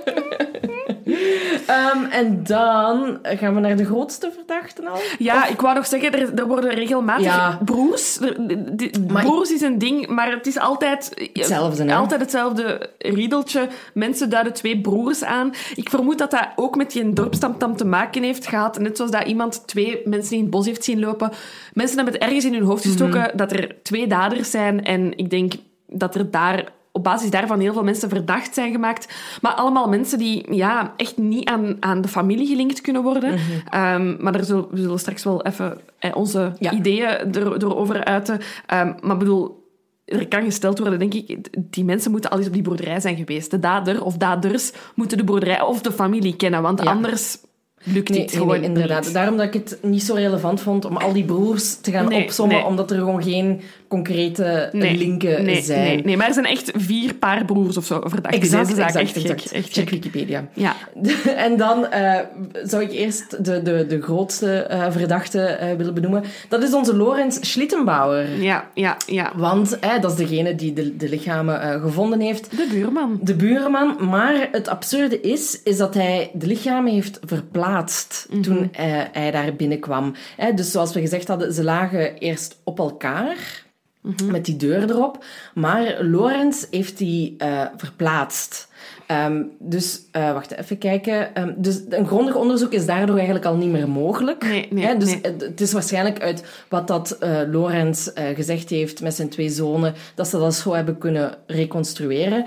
En dan gaan we naar de grootste verdachten al. Ja, ik wou nog zeggen, er worden regelmatig broers. Broers is een ding, maar het is altijd hetzelfde riedeltje. Mensen duiden 2 broers aan. Ik vermoed dat dat ook met die dorpstamtam te maken heeft gehad. Net zoals dat iemand 2 mensen in het bos heeft zien lopen. Mensen hebben het ergens in hun hoofd gestoken dat er 2 daders zijn. En ik denk dat er daar op basis daarvan heel veel mensen verdacht zijn gemaakt. Maar allemaal mensen die echt niet aan de familie gelinkt kunnen worden. Mm-hmm. Maar we zullen straks wel even onze ideeën erover uiten. Maar bedoel, er kan gesteld worden, denk ik, die mensen moeten al eens op die boerderij zijn geweest. De dader of daders moeten de boerderij of de familie kennen, want anders lukt dit gewoon inderdaad. niet. Daarom dat ik het niet zo relevant vond om al die broers te gaan opsommen, omdat er gewoon geen concrete linken zijn. Nee, maar er zijn echt 4 paar broers of zo verdacht. Exact. Echt check Wikipedia. Ja. En dan zou ik eerst de grootste verdachte willen benoemen. Dat is onze Lorenz Schlittenbauer. Ja. Want dat is degene die de lichamen gevonden heeft. De buurman. Maar het absurde is dat hij de lichamen heeft verplaatst toen hij daar binnenkwam. Dus zoals we gezegd hadden, ze lagen eerst op elkaar. Met die deur erop. Maar Lorenz heeft die verplaatst. Wacht even kijken. Dus een grondig onderzoek is daardoor eigenlijk al niet meer mogelijk. Nee. Het is waarschijnlijk uit wat dat Lorenz gezegd heeft met zijn 2 zonen, dat ze dat zo hebben kunnen reconstrueren.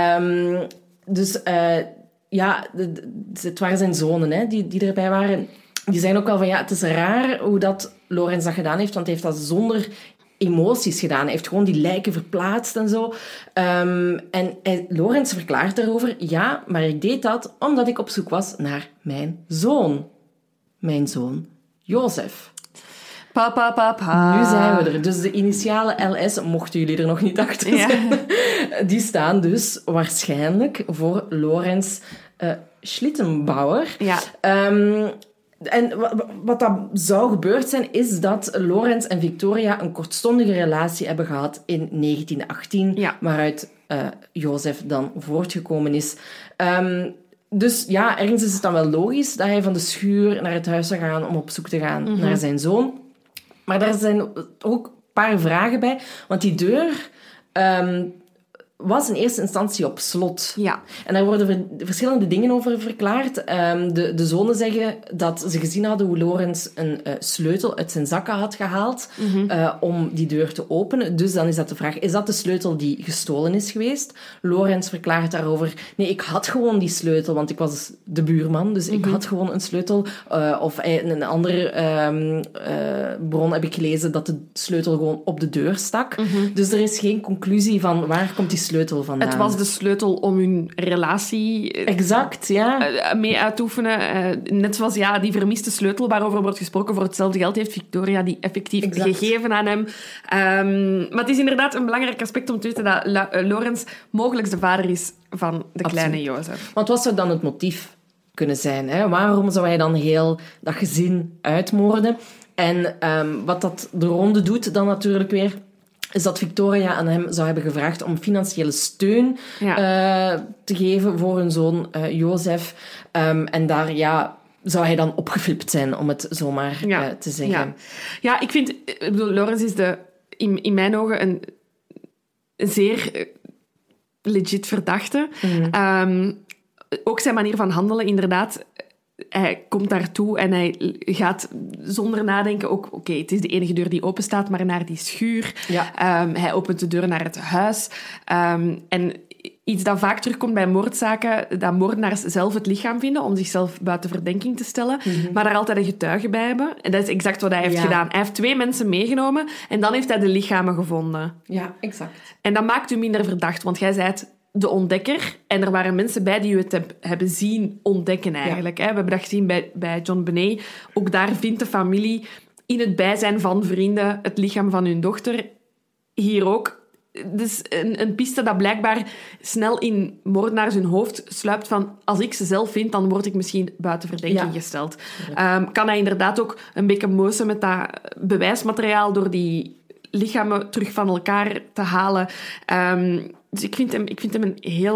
Het waren zijn zonen die erbij waren. Die zeggen ook wel van het is raar hoe dat Lorenz dat gedaan heeft, want hij heeft dat zonder emoties gedaan. Hij heeft gewoon die lijken verplaatst en zo. Lorenz verklaart daarover, maar ik deed dat omdat ik op zoek was naar mijn zoon. Mijn zoon, Jozef. Pa. Nu zijn we er. Dus de initialen LS, mochten jullie er nog niet achter zijn, die staan dus waarschijnlijk voor Lorenz Schlittenbauer. Ja. En wat dat zou gebeurd zijn, is dat Lorenz en Victoria een kortstondige relatie hebben gehad in 1918, waaruit Jozef dan voortgekomen is. Dus ergens is het dan wel logisch dat hij van de schuur naar het huis zou gaan om op zoek te gaan naar zijn zoon. Maar daar zijn ook een paar vragen bij, want die deur was in eerste instantie op slot. Ja. En daar worden verschillende dingen over verklaard. De zonen zeggen dat ze gezien hadden hoe Lorenz een sleutel uit zijn zakken had gehaald om die deur te openen. Dus dan is dat de vraag, is dat de sleutel die gestolen is geweest? Lorenz verklaart daarover, nee, ik had gewoon die sleutel, want ik was de buurman, dus ik had gewoon een sleutel. Of in een andere bron heb ik gelezen dat de sleutel gewoon op de deur stak. Dus er is geen conclusie van waar komt die sleutel sleutel vandaan? Het was de sleutel om hun relatie exact, mee uit te oefenen. Net zoals die vermiste sleutel waarover wordt gesproken, voor hetzelfde geld heeft Victoria die effectief gegeven aan hem. Maar het is inderdaad een belangrijk aspect om te weten dat Lawrence mogelijk de vader is van de kleine Jozef. Want wat zou dan het motief kunnen zijn? Hè? Waarom zou hij dan heel dat gezin uitmoorden? En wat dat de ronde doet dan natuurlijk weer, is dat Victoria aan hem zou hebben gevraagd om financiële steun te geven voor hun zoon Jozef. En daar zou hij dan opgeflipt zijn, om het zomaar te zeggen. Ja, ik vind... Lawrence is in mijn ogen een zeer legit verdachte. Ook zijn manier van handelen, inderdaad. Hij komt daartoe en hij gaat zonder nadenken ook... Oké, het is de enige deur die open staat, maar naar die schuur. Ja. Hij opent de deur naar het huis. En iets dat vaak terugkomt bij moordzaken, dat moordenaars zelf het lichaam vinden om zichzelf buiten verdenking te stellen, maar daar altijd een getuige bij hebben. En dat is exact wat hij heeft gedaan. Hij heeft 2 mensen meegenomen en dan heeft hij de lichamen gevonden. Ja, exact. En dat maakt u minder verdacht, want jij zei het... de ontdekker. En er waren mensen bij die het hebben zien ontdekken eigenlijk. Hè. We hebben dat gezien bij John Benet. Ook daar vindt de familie in het bijzijn van vrienden het lichaam van hun dochter. Hier ook. Dus een piste dat blijkbaar snel in moordenaars hun hoofd sluipt van als ik ze zelf vind, dan word ik misschien buiten verdenking gesteld. Kan hij inderdaad ook een beetje moosen met dat bewijsmateriaal door die lichamen terug van elkaar te halen. Dus ik vind hem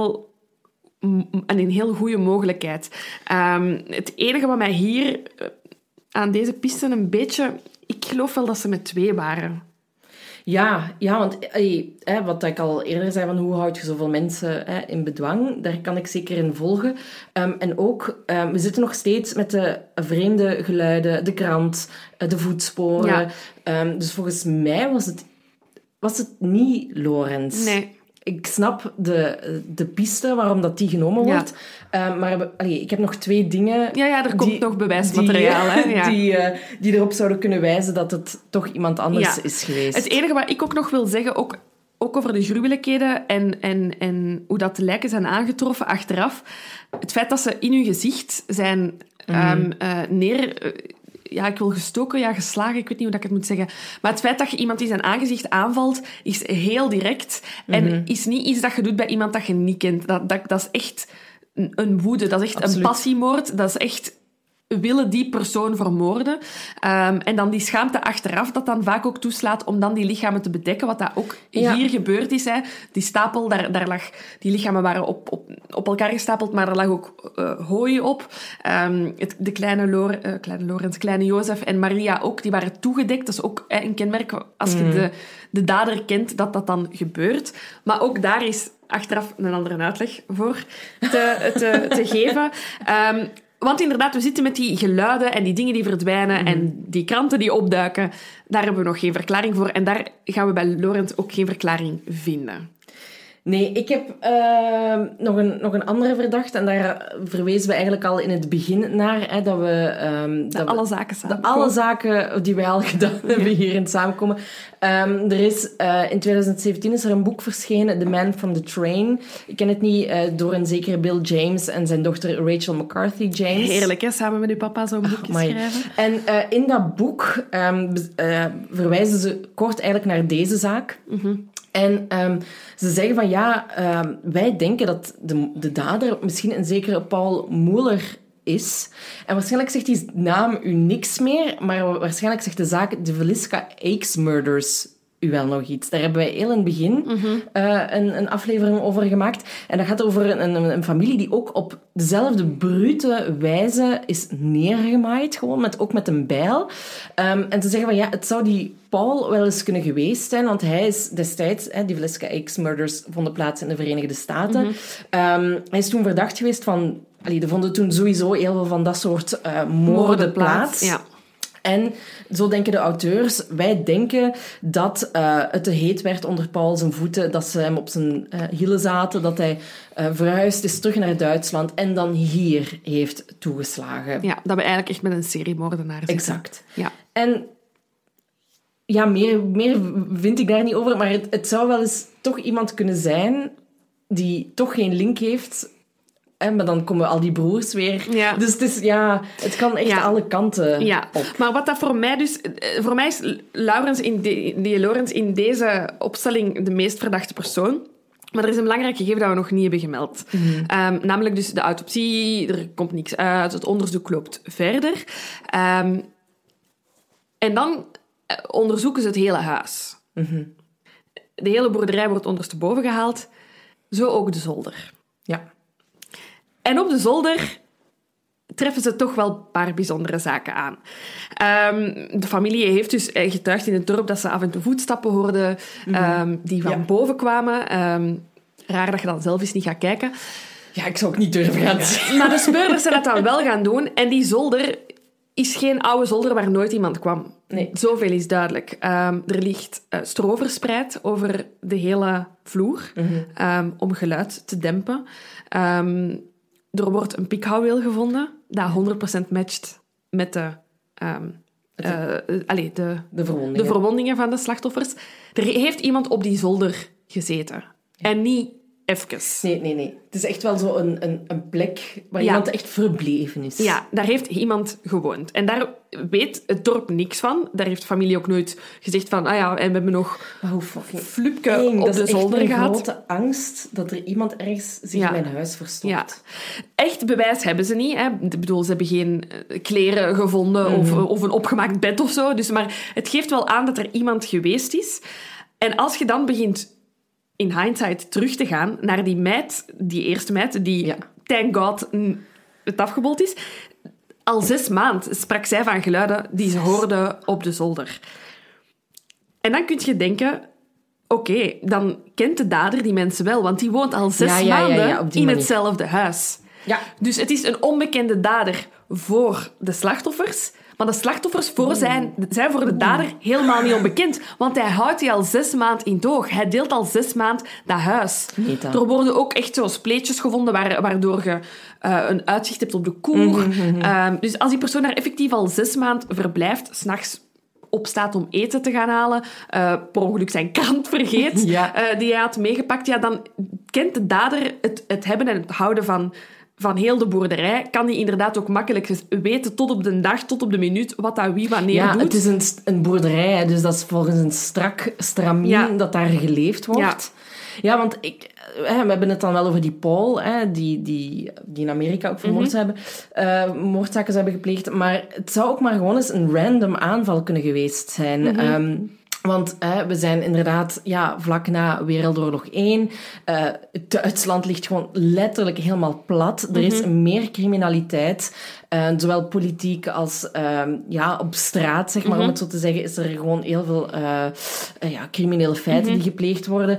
een heel goede mogelijkheid. Het enige wat mij hier aan deze piste een beetje... Ik geloof wel dat ze met 2 waren. Ja, want wat ik al eerder zei, van hoe houd je zoveel mensen in bedwang, daar kan ik zeker in volgen. En ook, we zitten nog steeds met de vreemde geluiden, de krant, de voetsporen. Dus volgens mij was het niet Lawrence. Nee. Ik snap de piste waarom dat die genomen wordt. Maar ik heb nog 2 dingen... Ja, er komt nog bewijsmateriaal. Die erop zouden kunnen wijzen dat het toch iemand anders is geweest. Het enige wat ik ook nog wil zeggen, ook over de gruwelijkheden en hoe dat de lijken zijn aangetroffen achteraf. Het feit dat ze in hun gezicht zijn ik wil gestoken, geslagen, ik weet niet hoe ik het moet zeggen. Maar het feit dat je iemand in zijn aangezicht aanvalt, is heel direct. En is niet iets dat je doet bij iemand dat je niet kent. Dat is echt een woede, dat is echt een passiemoord. Dat is echt willen die persoon vermoorden. En dan die schaamte achteraf, dat dan vaak ook toeslaat om dan die lichamen te bedekken, wat dat ook hier gebeurd is. Hè. Die stapel, daar lag... Die lichamen waren op elkaar gestapeld, maar er lag ook hooi op. De kleine Jozef en Maria ook, die waren toegedekt. Dat is ook een kenmerk, als je de dader kent, dat dan gebeurt. Maar ook daar is achteraf een andere uitleg voor te geven. Want inderdaad, we zitten met die geluiden en die dingen die verdwijnen en die kranten die opduiken. Daar hebben we nog geen verklaring voor. En daar gaan we bij Lawrence ook geen verklaring vinden. Nee, ik heb nog een andere verdachte. En daar verwezen we eigenlijk al in het begin naar. Hè, dat we... alle zaken samen. Alle zaken die wij al gedaan hebben hier in het samenkomen. Er is in 2017 is er een boek verschenen, The Man from the Train. Ik ken het niet, door een zekere Bill James en zijn dochter Rachel McCarthy James. Heerlijk, hè? Samen met uw papa zo'n boekje schrijven. En in dat boek verwijzen ze kort eigenlijk naar deze zaak. En ze zeggen van wij denken dat de dader misschien een zekere Paul Mueller is. En waarschijnlijk zegt die naam u niks meer, maar waarschijnlijk zegt de zaak de Villisca Aix Murders u wel nog iets. Daar hebben wij heel in het begin een aflevering over gemaakt. En dat gaat over een familie die ook op dezelfde brute wijze is neergemaaid, gewoon ook met een bijl. En ze zeggen van het zou die Paul wel eens kunnen geweest zijn, want hij is destijds, die Villisca Aix Murders vonden plaats in de Verenigde Staten. Hij is toen verdacht geweest van... er vonden toen sowieso heel veel van dat soort moorden plaats. Ja. En zo denken de auteurs. Wij denken dat het te heet werd onder Paul zijn voeten, dat ze hem op zijn hielen zaten, dat hij verhuisd is terug naar Duitsland en dan hier heeft toegeslagen. Ja, dat we eigenlijk echt met een seriemoordenaar zitten. Exact. Ja. En meer vind ik daar niet over, maar het zou wel eens toch iemand kunnen zijn die toch geen link heeft. Maar dan komen al die broers weer. Ja. Dus het kan echt alle kanten op. Maar wat dat voor mij dus... Voor mij is Laurens in deze opstelling de meest verdachte persoon. Maar er is een belangrijk gegeven dat we nog niet hebben gemeld. Namelijk dus de autopsie, er komt niks uit, het onderzoek loopt verder. En dan onderzoeken ze het hele huis. De hele boerderij wordt ondersteboven gehaald. Zo ook de zolder. Ja. En op de zolder treffen ze toch wel een paar bijzondere zaken aan. De familie heeft dus getuigd in het dorp dat ze af en toe voetstappen hoorden die van boven kwamen. Raar dat je dan zelf eens niet gaat kijken. Ja, ik zou ook niet durven gaan zien. Maar de speurders zijn dat dan wel gaan doen. En die zolder is geen oude zolder waar nooit iemand kwam. Nee. Zoveel is duidelijk. Er ligt stro verspreid over de hele vloer om geluid te dempen. Er wordt een pikhouweel gevonden dat 100% matcht met de verwondingen van de slachtoffers. Er heeft iemand op die zolder gezeten. En niet even. Nee. Het is echt wel zo een plek waar iemand echt verbleven is. Ja, daar heeft iemand gewoond. En daar weet het dorp niks van. Daar heeft de familie ook nooit gezegd van... en we hebben nog Flupke op de zolder gehad. Dat is echt een grote angst dat er iemand ergens zich in mijn huis verstopt. Ja. Echt bewijs hebben ze niet. Hè. Ik bedoel, ze hebben geen kleren gevonden of een opgemaakt bed of zo. Dus, maar het geeft wel aan dat er iemand geweest is. En als je dan begint... in hindsight terug te gaan naar die eerste meid, die, thank God, het afgebold is. Al 6 maanden sprak zij van geluiden die ze hoorde op de zolder. En dan kun je denken, oké, dan kent de dader die mensen wel, want die woont al 6 maanden in hetzelfde huis. Ja. Dus het is een onbekende dader voor de slachtoffers... Maar de slachtoffers zijn voor de dader helemaal niet onbekend. Want hij houdt die al 6 maanden in toog. Hij deelt al 6 maanden dat huis. Er worden ook echt zo spleetjes gevonden waardoor je een uitzicht hebt op de koer. Dus als die persoon daar effectief al 6 maanden verblijft, 's nachts opstaat om eten te gaan halen, per ongeluk zijn krant vergeet, die hij had meegepakt, dan kent de dader het hebben en het houden van heel de boerderij, kan die inderdaad ook makkelijk weten tot op de dag, tot op de minuut, wat dat wie wanneer doet. Ja, het is een boerderij, dus dat is volgens een stramien dat daar geleefd wordt. Ja, want we hebben het dan wel over die Paul, die in Amerika ook vermoord hebben, moordzaken hebben gepleegd, maar het zou ook maar gewoon eens een random aanval kunnen geweest zijn. Want we zijn inderdaad vlak na Wereldoorlog 1. Duitsland ligt gewoon letterlijk helemaal plat. Er is meer criminaliteit. Zowel politiek als op straat, zeg maar, om het zo te zeggen, is er gewoon heel veel criminele feiten die gepleegd worden.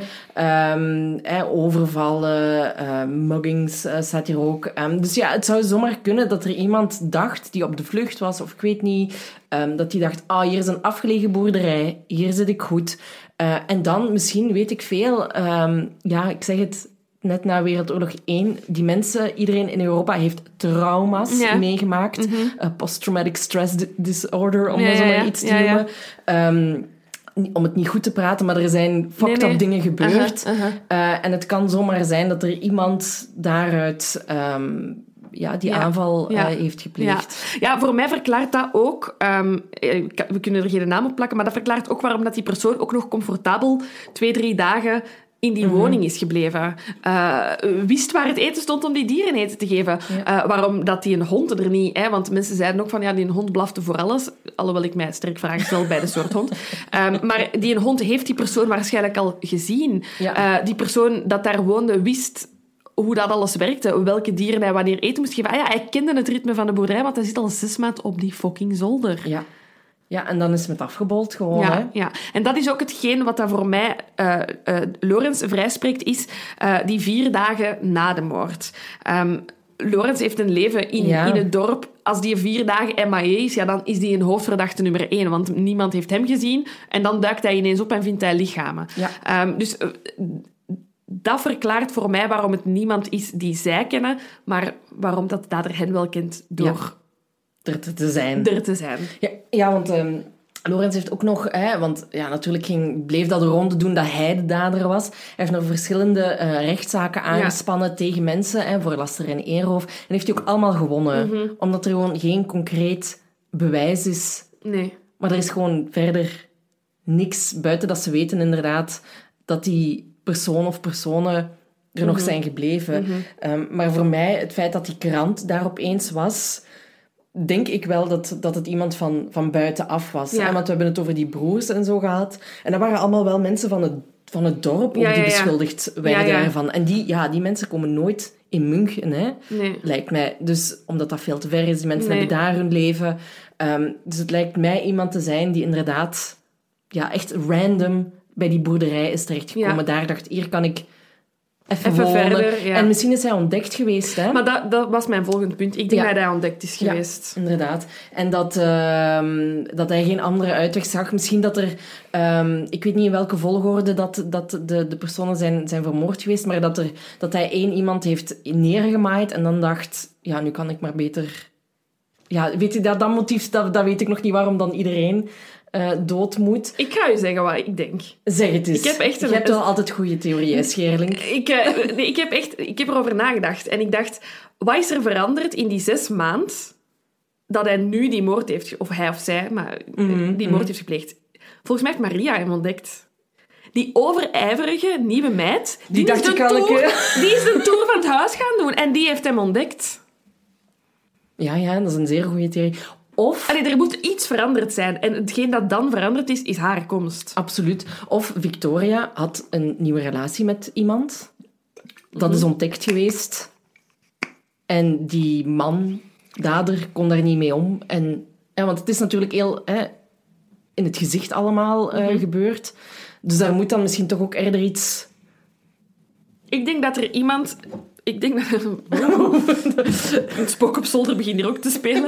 Overvallen, muggings staat hier ook. Dus het zou zomaar kunnen dat er iemand dacht die op de vlucht was, of ik weet niet, dat die dacht, hier is een afgelegen boerderij, hier zit ik goed. En dan, misschien weet ik veel, ik zeg het, net na Wereldoorlog 1, die mensen, iedereen in Europa heeft trauma's meegemaakt. Post-traumatic stress disorder, om dat zo maar iets te noemen. Om het niet goed te praten, maar er zijn fucked up dingen gebeurd. En het kan zomaar zijn dat er iemand daaruit... die aanval heeft gepleegd. Ja, voor mij verklaart dat ook... we kunnen er geen naam op plakken, maar dat verklaart ook waarom dat die persoon ook nog comfortabel 2-3 dagen in die woning is gebleven. Wist waar het eten stond om die dieren eten te geven. Waarom dat die een hond er niet... want mensen zeiden ook van, die een hond blafte voor alles. Alhoewel ik mij sterk vragen stel bij de soort hond. Maar die een hond heeft die persoon waarschijnlijk al gezien. Die persoon dat daar woonde wist... hoe dat alles werkte, welke dieren hij wanneer eten moest geven. Hij kende het ritme van de boerderij, want hij zit al 6 maanden op die fucking zolder. Ja, en dan is het afgebold gewoon. Ja. En dat is ook hetgeen wat dat voor mij Laurens vrijspreekt, is die 4 dagen na de moord. Laurens heeft een leven in het dorp. Als die 4 dagen MIA is, dan is die een hoofdverdachte nummer 1, want niemand heeft hem gezien. En dan duikt hij ineens op en vindt hij lichamen. Dus... dat verklaart voor mij waarom het niemand is die zij kennen, maar waarom dat de dader hen wel kent door er te zijn. Er te zijn. Ja, want Lorenz heeft ook nog... want ja, natuurlijk bleef dat de ronde doen dat hij de dader was. Hij heeft nog verschillende rechtszaken aangespannen tegen mensen voor laster en eerroof. En heeft hij ook allemaal gewonnen. Omdat er gewoon geen concreet bewijs is. Nee. Maar er is gewoon verder niks buiten dat ze weten inderdaad dat die persoon of personen er nog zijn gebleven. Maar voor mij, het feit dat die krant daar opeens was... denk ik wel dat het iemand van buitenaf was. Ja. Want we hebben het over die broers en zo gehad. En dat waren allemaal wel mensen van het dorp ook die beschuldigd werden ervan. En die mensen komen nooit in München, hè? Nee. Lijkt mij. Dus omdat dat veel te ver is, die mensen hebben daar hun leven. Dus het lijkt mij iemand te zijn die inderdaad echt random bij die boerderij is terechtgekomen. Ja. Daar dacht, hier kan ik even wonen. verder, ja. En misschien is hij ontdekt geweest, hè? Maar dat was mijn volgende punt. Ik denk dat hij ontdekt is geweest. Ja, inderdaad. En dat hij geen andere uitweg zag. Misschien dat er... ik weet niet in welke volgorde dat de personen zijn vermoord geweest, maar dat hij iemand heeft neergemaaid en dan dacht... Ja, nu kan ik maar beter... Ja, weet je, dat motief, dat weet ik nog niet waarom dan iedereen dood moet. Ik ga je zeggen wat ik denk. Zeg het eens. Je hebt wel altijd goede theorieën, Scherling. Ik heb erover nagedacht. En ik dacht, wat is er veranderd in die 6 maanden dat hij nu die moord heeft... Of hij of zij, maar die moord heeft gepleegd. Volgens mij heeft Maria hem ontdekt. Die overijverige nieuwe meid... Die is de tour van het huis gaan doen. En die heeft hem ontdekt. Ja, dat is een zeer goede theorie. Of... er moet iets veranderd zijn. En hetgeen dat dan veranderd is haar komst. Absoluut. Of Victoria had een nieuwe relatie met iemand. Dat is ontdekt geweest. En die dader, kon daar niet mee om. Want het is natuurlijk heel in het gezicht allemaal gebeurd. Dus daar moet dan misschien toch ook eerder iets... Ik denk dat er iemand... Een spook op zolder begint hier ook te spelen.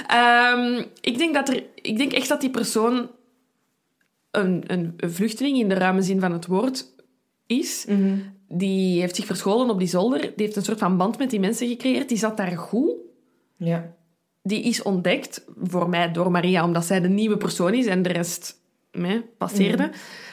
Ik denk echt dat die persoon een vluchteling in de ruime zin van het woord is. Die heeft zich verscholen op die zolder. Die heeft een soort van band met die mensen gecreëerd. Die zat daar goed. Ja. Die is ontdekt, voor mij, door Maria, omdat zij de nieuwe persoon is en de rest passeerde.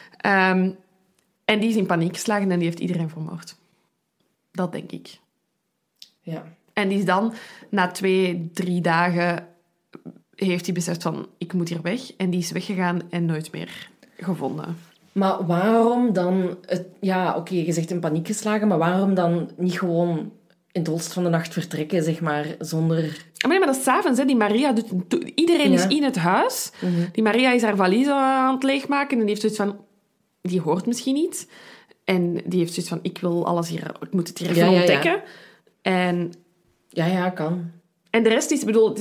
En die is in paniek geslagen en die heeft iedereen vermoord. Dat denk ik. Ja. En die is dan, na 2-3 dagen, heeft hij beseft van, ik moet hier weg. En die is weggegaan en nooit meer gevonden. Maar waarom dan... je zegt in paniek geslagen, maar waarom dan niet gewoon in het holst van de nacht vertrekken, zeg maar, zonder... Maar dat is 's avonds, hè. Die Maria iedereen is in het huis. Die Maria is haar valies aan het leegmaken en die heeft zoiets van... Die hoort misschien niet. En die heeft zoiets van, ik wil alles hier... Ik moet het hier even ontdekken. Ja. En... Ja, kan. En de rest is...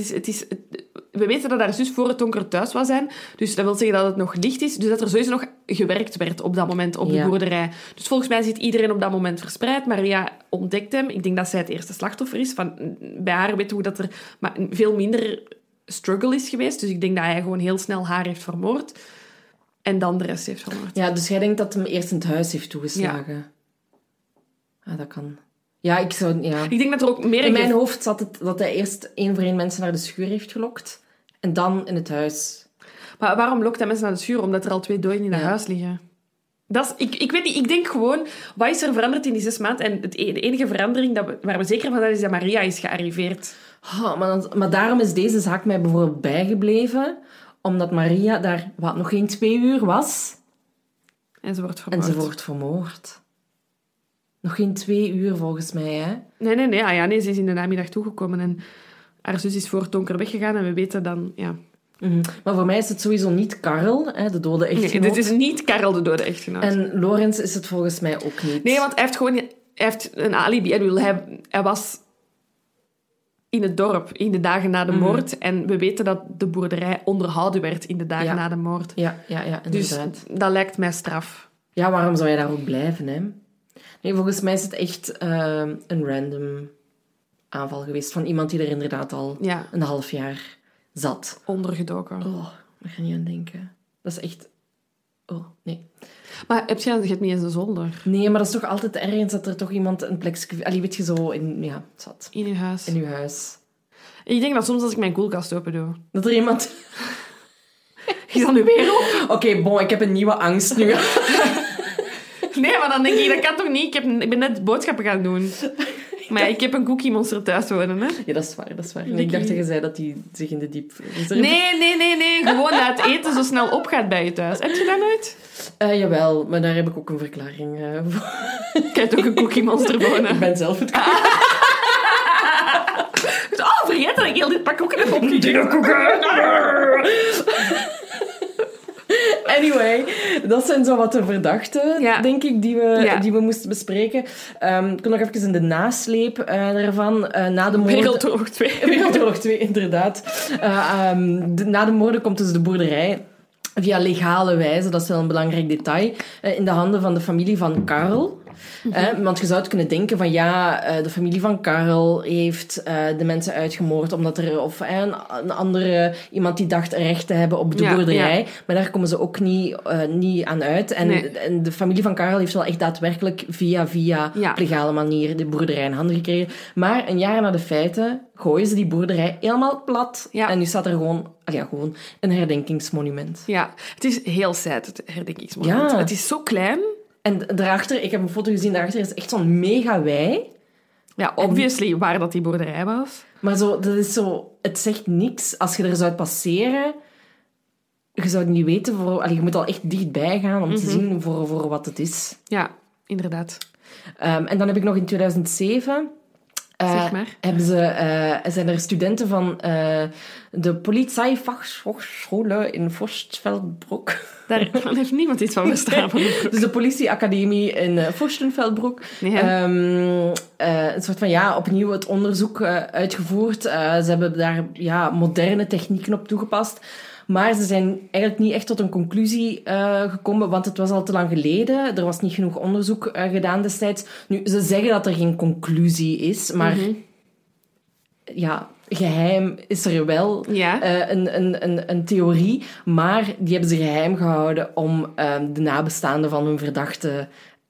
We weten dat haar zus voor het donker thuis was zijn. Dus dat wil zeggen dat het nog licht is. Dus dat er sowieso nog gewerkt werd op dat moment op de boerderij. Dus volgens mij zit iedereen op dat moment verspreid. Maria ontdekt hem. Ik denk dat zij het eerste slachtoffer is. Bij haar weten we dat er veel minder struggle is geweest. Dus ik denk dat hij gewoon heel snel haar heeft vermoord. En dan de rest heeft vermoord. Ja, dus jij denkt dat hem eerst in het huis heeft toegeslagen. Ja, dat kan... Ja, ik denk dat er ook meer... In mijn hoofd zat het dat hij eerst 1 voor 1 mensen naar de schuur heeft gelokt. En dan in het huis. Maar waarom lokt hij mensen naar de schuur? Omdat er al 2 doden in het huis liggen. Ik weet niet, ik denk gewoon... Wat is er veranderd in die 6 maanden? En de enige verandering waar we zeker van zijn, is dat Maria is gearriveerd. Maar daarom is deze zaak mij bijvoorbeeld bijgebleven. Omdat Maria daar nog geen 2 uur was. En ze wordt vermoord. Nog geen 2 uur, volgens mij, hè? Nee, ze is in de namiddag toegekomen en haar zus is voor het donker weggegaan en we weten dan, ja... Maar voor mij is het sowieso niet Karel, de dode echtgenoot. Nee, dit is niet Karel, de dode echtgenoot. En Lorenz is het volgens mij ook niet. Nee, want hij heeft een alibi. Hij was in het dorp in de dagen na de moord en we weten dat de boerderij onderhouden werd in de dagen na de moord. Ja, inderdaad. Dus dat lijkt mij straf. Ja, waarom zou je daar ook blijven, hè? Nee, volgens mij is het echt een random aanval geweest van iemand die er inderdaad al een half jaar zat. Ondergedoken. Oh, daar ga je niet aan denken. Dat is echt... Oh, nee. Maar je hebt niet eens een zolder. Nee, maar dat is toch altijd ergens dat er toch iemand een plekje... Allee, weet je, zo in... Ja, zat. In je huis. In uw huis. Ik denk dat soms als ik mijn koelkast open doe... Dat er iemand... Is dat nu weer op? Oké, bon, ik heb een nieuwe angst nu. Nee, maar dan denk ik, dat kan toch niet? Ik ben net boodschappen gaan doen. Maar ja, ik heb een Cookie Monster thuis wonen, hè. Ja, dat is waar. Nee, ik dacht dat je zei dat die zich in de diep... Nee. Gewoon dat het eten zo snel opgaat bij je thuis. Heb je dat nooit? Jawel, maar daar heb ik ook een verklaring voor. Ik heb ook een Cookie Monster wonen. Ik ben zelf het Vergeet dat ik heel dit pak koeken heb opgegeten. Anyway, dat zijn zo wat de verdachten, denk ik, die we moesten bespreken. Ik kom nog even in de nasleep daarvan. Na de moorden... Wereldoorlog 2. Wereldoorlog 2, inderdaad. Na de moorden komt dus de boerderij via legale wijze, dat is wel een belangrijk detail, in de handen van de familie van Karel. Want je zou het kunnen denken van de familie van Karel heeft de mensen uitgemoord omdat er een andere iemand die dacht recht te hebben op de boerderij. Ja. Maar daar komen ze ook niet aan uit. En de familie van Karel heeft wel echt daadwerkelijk via legale manier de boerderij in handen gekregen. Maar een jaar na de feiten gooien ze die boerderij helemaal plat. Ja. En nu staat er gewoon een herdenkingsmonument. Ja, het is heel sad, het herdenkingsmonument. Ja. Het is zo klein. En daarachter, ik heb een foto gezien, daarachter is echt zo'n mega wei. Ja, obviously, waar dat die boerderij was. Maar dat is zo... Het zegt niks. Als je er zou passeren, je zou het niet weten. Je moet al echt dichtbij gaan om te zien voor wat het is. Ja, inderdaad. En dan heb ik nog in 2007... zeg maar. Zijn er studenten van de Polizeifachhochschule in Forstveldbroek. Daar heeft niemand iets van verstaan. Dus de politieacademie in Forstenveldbroek. Een soort van, opnieuw het onderzoek uitgevoerd. Ze hebben daar moderne technieken op toegepast. Maar ze zijn eigenlijk niet echt tot een conclusie gekomen, want het was al te lang geleden. Er was niet genoeg onderzoek gedaan destijds. Nu, ze zeggen dat er geen conclusie is, maar geheim is er wel. Ja. Een theorie, maar die hebben ze geheim gehouden om de nabestaanden van hun verdachte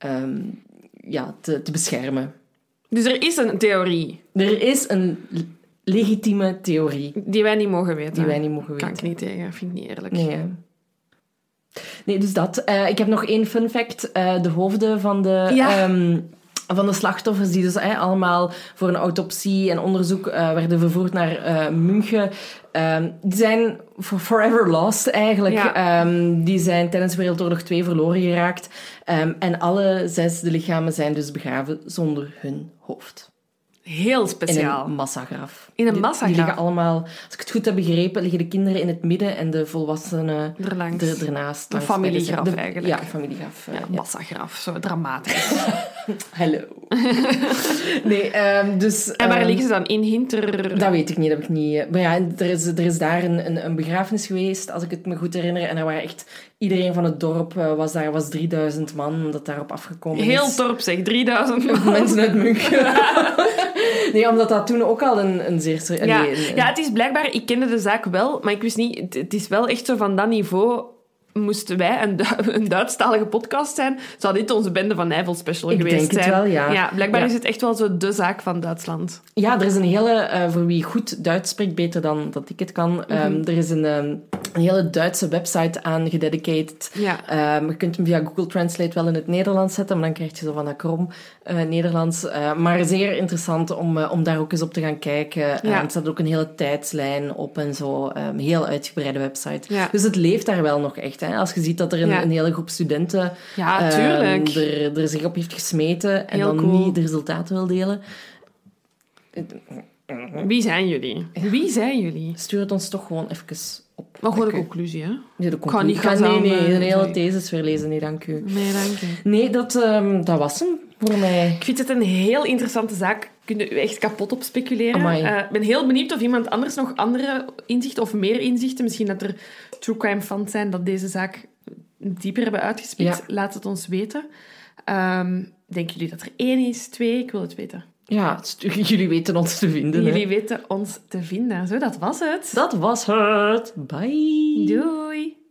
te beschermen. Dus er is een theorie? Er is een legitieme theorie. Die wij niet mogen weten. Kan ik niet tegen, vind ik niet eerlijk. Nee, dus dat. Ik heb nog één fun fact. De hoofden van de slachtoffers, die dus allemaal voor een autopsie en onderzoek werden vervoerd naar München, die zijn forever lost eigenlijk. Ja. Die zijn tijdens Wereldoorlog 2 verloren geraakt. En alle 6 de lichamen zijn dus begraven zonder hun hoofd. Heel speciaal. In een massagraf. In een massagraf? Die liggen allemaal... Als ik het goed heb begrepen, liggen de kinderen in het midden en de volwassenen ernaast. Een familiegraf eigenlijk. Ja, een familiegraf. Massagraf, zo dramatisch. Hallo. Nee, dus... En waar liggen ze dan? In Hinter... Dat weet ik niet, dat heb ik niet... Maar ja, er is daar een begrafenis geweest, als ik het me goed herinner. En er waren echt... Iedereen van het dorp was daar, was 3000 man dat daarop afgekomen is. Heel dorp zeg, 3000 man. Mensen uit München. Nee, omdat dat toen ook al een zeer... Ja, het is blijkbaar... Ik kende de zaak wel, maar ik wist niet... Het is wel echt zo van dat niveau... Moesten wij een Duitsstalige podcast zijn, zou dit onze Bende van Nijvel special geweest zijn. Ik denk het wel, ja. Ja, blijkbaar is het echt wel zo de zaak van Duitsland. Ja, er is een hele... voor wie goed Duits spreekt, beter dan dat ik het kan. Er is een hele Duitse website aan gededicated. Ja. Je kunt hem via Google Translate wel in het Nederlands zetten, maar dan krijg je zo van dat krom Nederlands. Maar zeer interessant om daar ook eens op te gaan kijken. Er staat ook een hele tijdslijn op en zo. Heel uitgebreide website. Ja. Dus het leeft daar wel nog echt. Hè? Als je ziet dat er een hele groep studenten er zich op heeft gesmeten en heel dan niet de resultaten wil delen. Wie zijn jullie? Stuur het ons toch gewoon even op. Maar gewoon de conclusie, hè? Nee, ik ga niet een hele thesis verlezen. Nee, dank u. Nee, dat was hem voor mij. Ik vind het een heel interessante zaak. Kun je echt kapot op speculeren. Ik ben heel benieuwd of iemand anders nog andere inzichten of meer inzichten, misschien dat er true crime fans zijn dat deze zaak dieper hebben uitgespikt. Ja. Laat het ons weten. Denken jullie dat er 1 is, 2? Ik wil het weten. Ja, jullie weten ons te vinden. Jullie weten ons te vinden. Zo, dat was het. Bye. Doei.